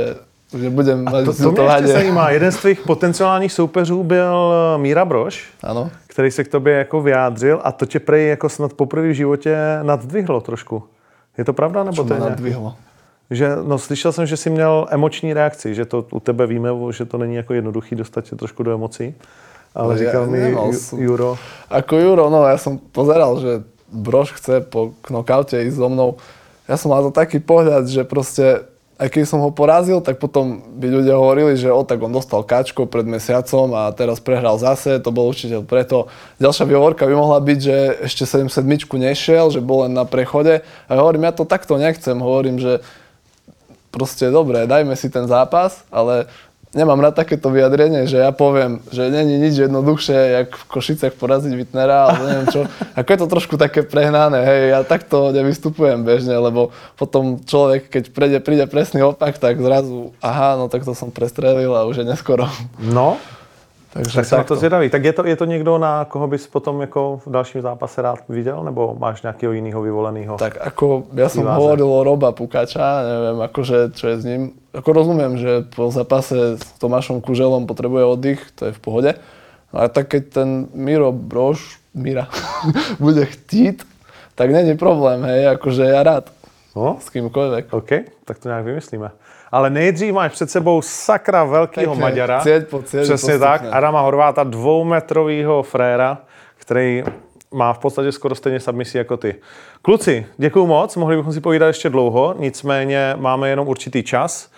že budem mať To, to mě ještě zajímá. Jeden z tvých potenciálních soupeřů byl Míra Brož, Ano. který se k tobě jako vyjádřil a to tě prej jako snad poprvé v životě naddvihlo trošku. Je to pravda? Nebo Čo to ma je nadvihlo? Že, no, slyšel jsem, že jsi měl emoční reakci, že to u tebe víme, že to není jako jednoduchý dostat se trošku do emocí. Ale No, říkal ja mi nemal Ju- som. Juro. Ako Juro, no ja som pozeral, že Brož chce po knockoute ísť so mnou. Ja som mal to taký pohľad, že proste, aj keď som ho porazil, tak potom by ľudia hovorili, že o, tak on dostal káčko pred mesiacom a teraz prehral zase, to bol určite preto. Ďalšia výhovorka by mohla byť, že ešte sedemdesiatsedmičku nešiel, že bol len na prechode. A ja hovorím, ja to takto nechcem, hovorím, že proste dobre, dajme si ten zápas, ale nemám rád takéto vyjadrenie, že ja poviem, že není nič jednoduchšie, jak v Košicech poraziť Wittnera, alebo neviem čo. Ako je to trošku také prehnané, hej, ja takto nevystupujem bežne, lebo potom človek, keď príde, príde presný opak, tak zrazu, aha, no tak to som prestrelil a už je neskoro. No, Takže tak jsem na to takto. zvědavý. Tak je to, je to někdo, na koho bys potom jako v dalším zápase rád viděl, nebo máš nějakého jiného vyvoleného? Tak ako, ja som Diváze. hovoril o Roba Pukača, neviem, akože, čo je s ním. Ako rozumiem, že po zápase s Tomášom Kuželom potrebuje oddych, to je v pohode. Ale tak keď ten Miro Brož, Mira, bude chtít, tak není problém, hej, akože ja rád. No, S kýmkoľvek. OK, tak to nějak vymyslíme. Ale nejdřív máš před sebou sakra velkýho Pekne, Maďara. cieť po cieť Přesně postupne. tak. Adama Horváta, dvoumetrovýho fréra, který má v podstatě skoro stejně submisí jako ty. Kluci, děkuju moc, mohli bychom si povídat ještě dlouho, nicméně máme jenom určitý čas.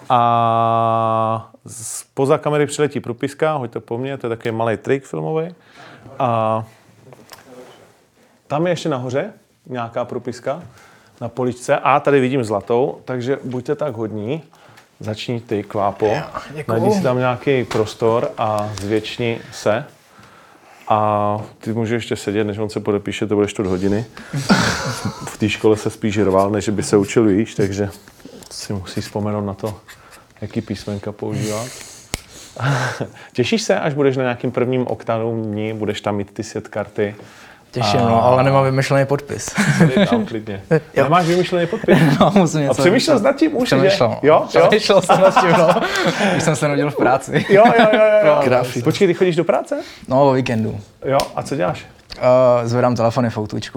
A spoza kamery přiletí průpiska, hoďte po mně, to je takový malý trik filmový. A tam je ještě nahoře nějaká průpiska na poličce a tady vidím zlatou, takže buďte tak hodní, začni ty, Kvápo, najdi si tam nějaký prostor a zvětšni se. A ty můžeš ještě sedět, než on se podepíše, to bude čtvrt hodiny. V té škole se spíš rval, než by se učil víš, takže si musí vzpomenout na to, jaký písmenka používat. Těšíš se, až budeš na nějakým prvním oktanu dní, budeš tam mít ty set karty? Těším, A- no, ale nemám vymyšlený podpis. Tam klidně. Nemáš vymyšlený podpis? No, musím něco A přemýšlel jsi nad tím už, že? Přemýšlel. Jo, jo? Přemýšlel jsem nad tím, no. Když jsem se nudil v práci. Jo, jo, jo, jo, jo. Grafik. Počkej, ty chodíš do práce? No, o víkendu. Jo, a co děláš? Uh, zvedám telefony v autůčku.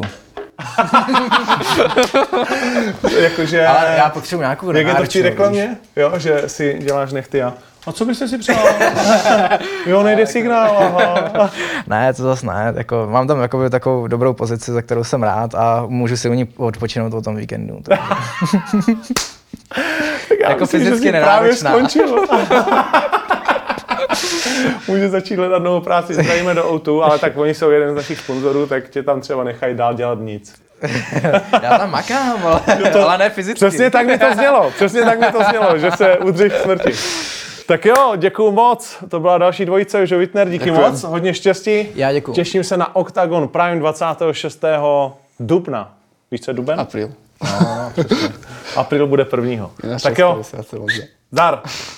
Jakože... Ale já potřebuji nějakou Jak je to v té náročnou, víš. reklamě? Jo, že si děláš nechty a... A co byste si přál? Jo, nejde signál, aha. Ne, to zase ne. Jako, mám tam jakoby takovou dobrou pozici, za kterou jsem rád a můžu si u ní odpočinout o tom víkendu. Tak. Tak já Jako myslím, že fyzicky jsi právě nenáročná. skončil. Může začít hledat novou práci, zdravíme do O dva, ale tak oni jsou jeden z našich sponzorů, tak tě tam třeba nechají dál dělat nic. Já tam makám, ale, to- ale ne fyzicky. Přesně tak mi to znělo, přesně tak mi to znělo, že se udržíš v smrti. Tak jo, děkuju moc, to byla další dvojice, Joe Wittner, díky Děkujem. moc, hodně štěstí. Já děkuju. Těším se na Octagon Prime dvacátého šestého dubna. Víš, co je duben? Apríl. April bude prvního. Tak jo, šesť mesiacov. zdar.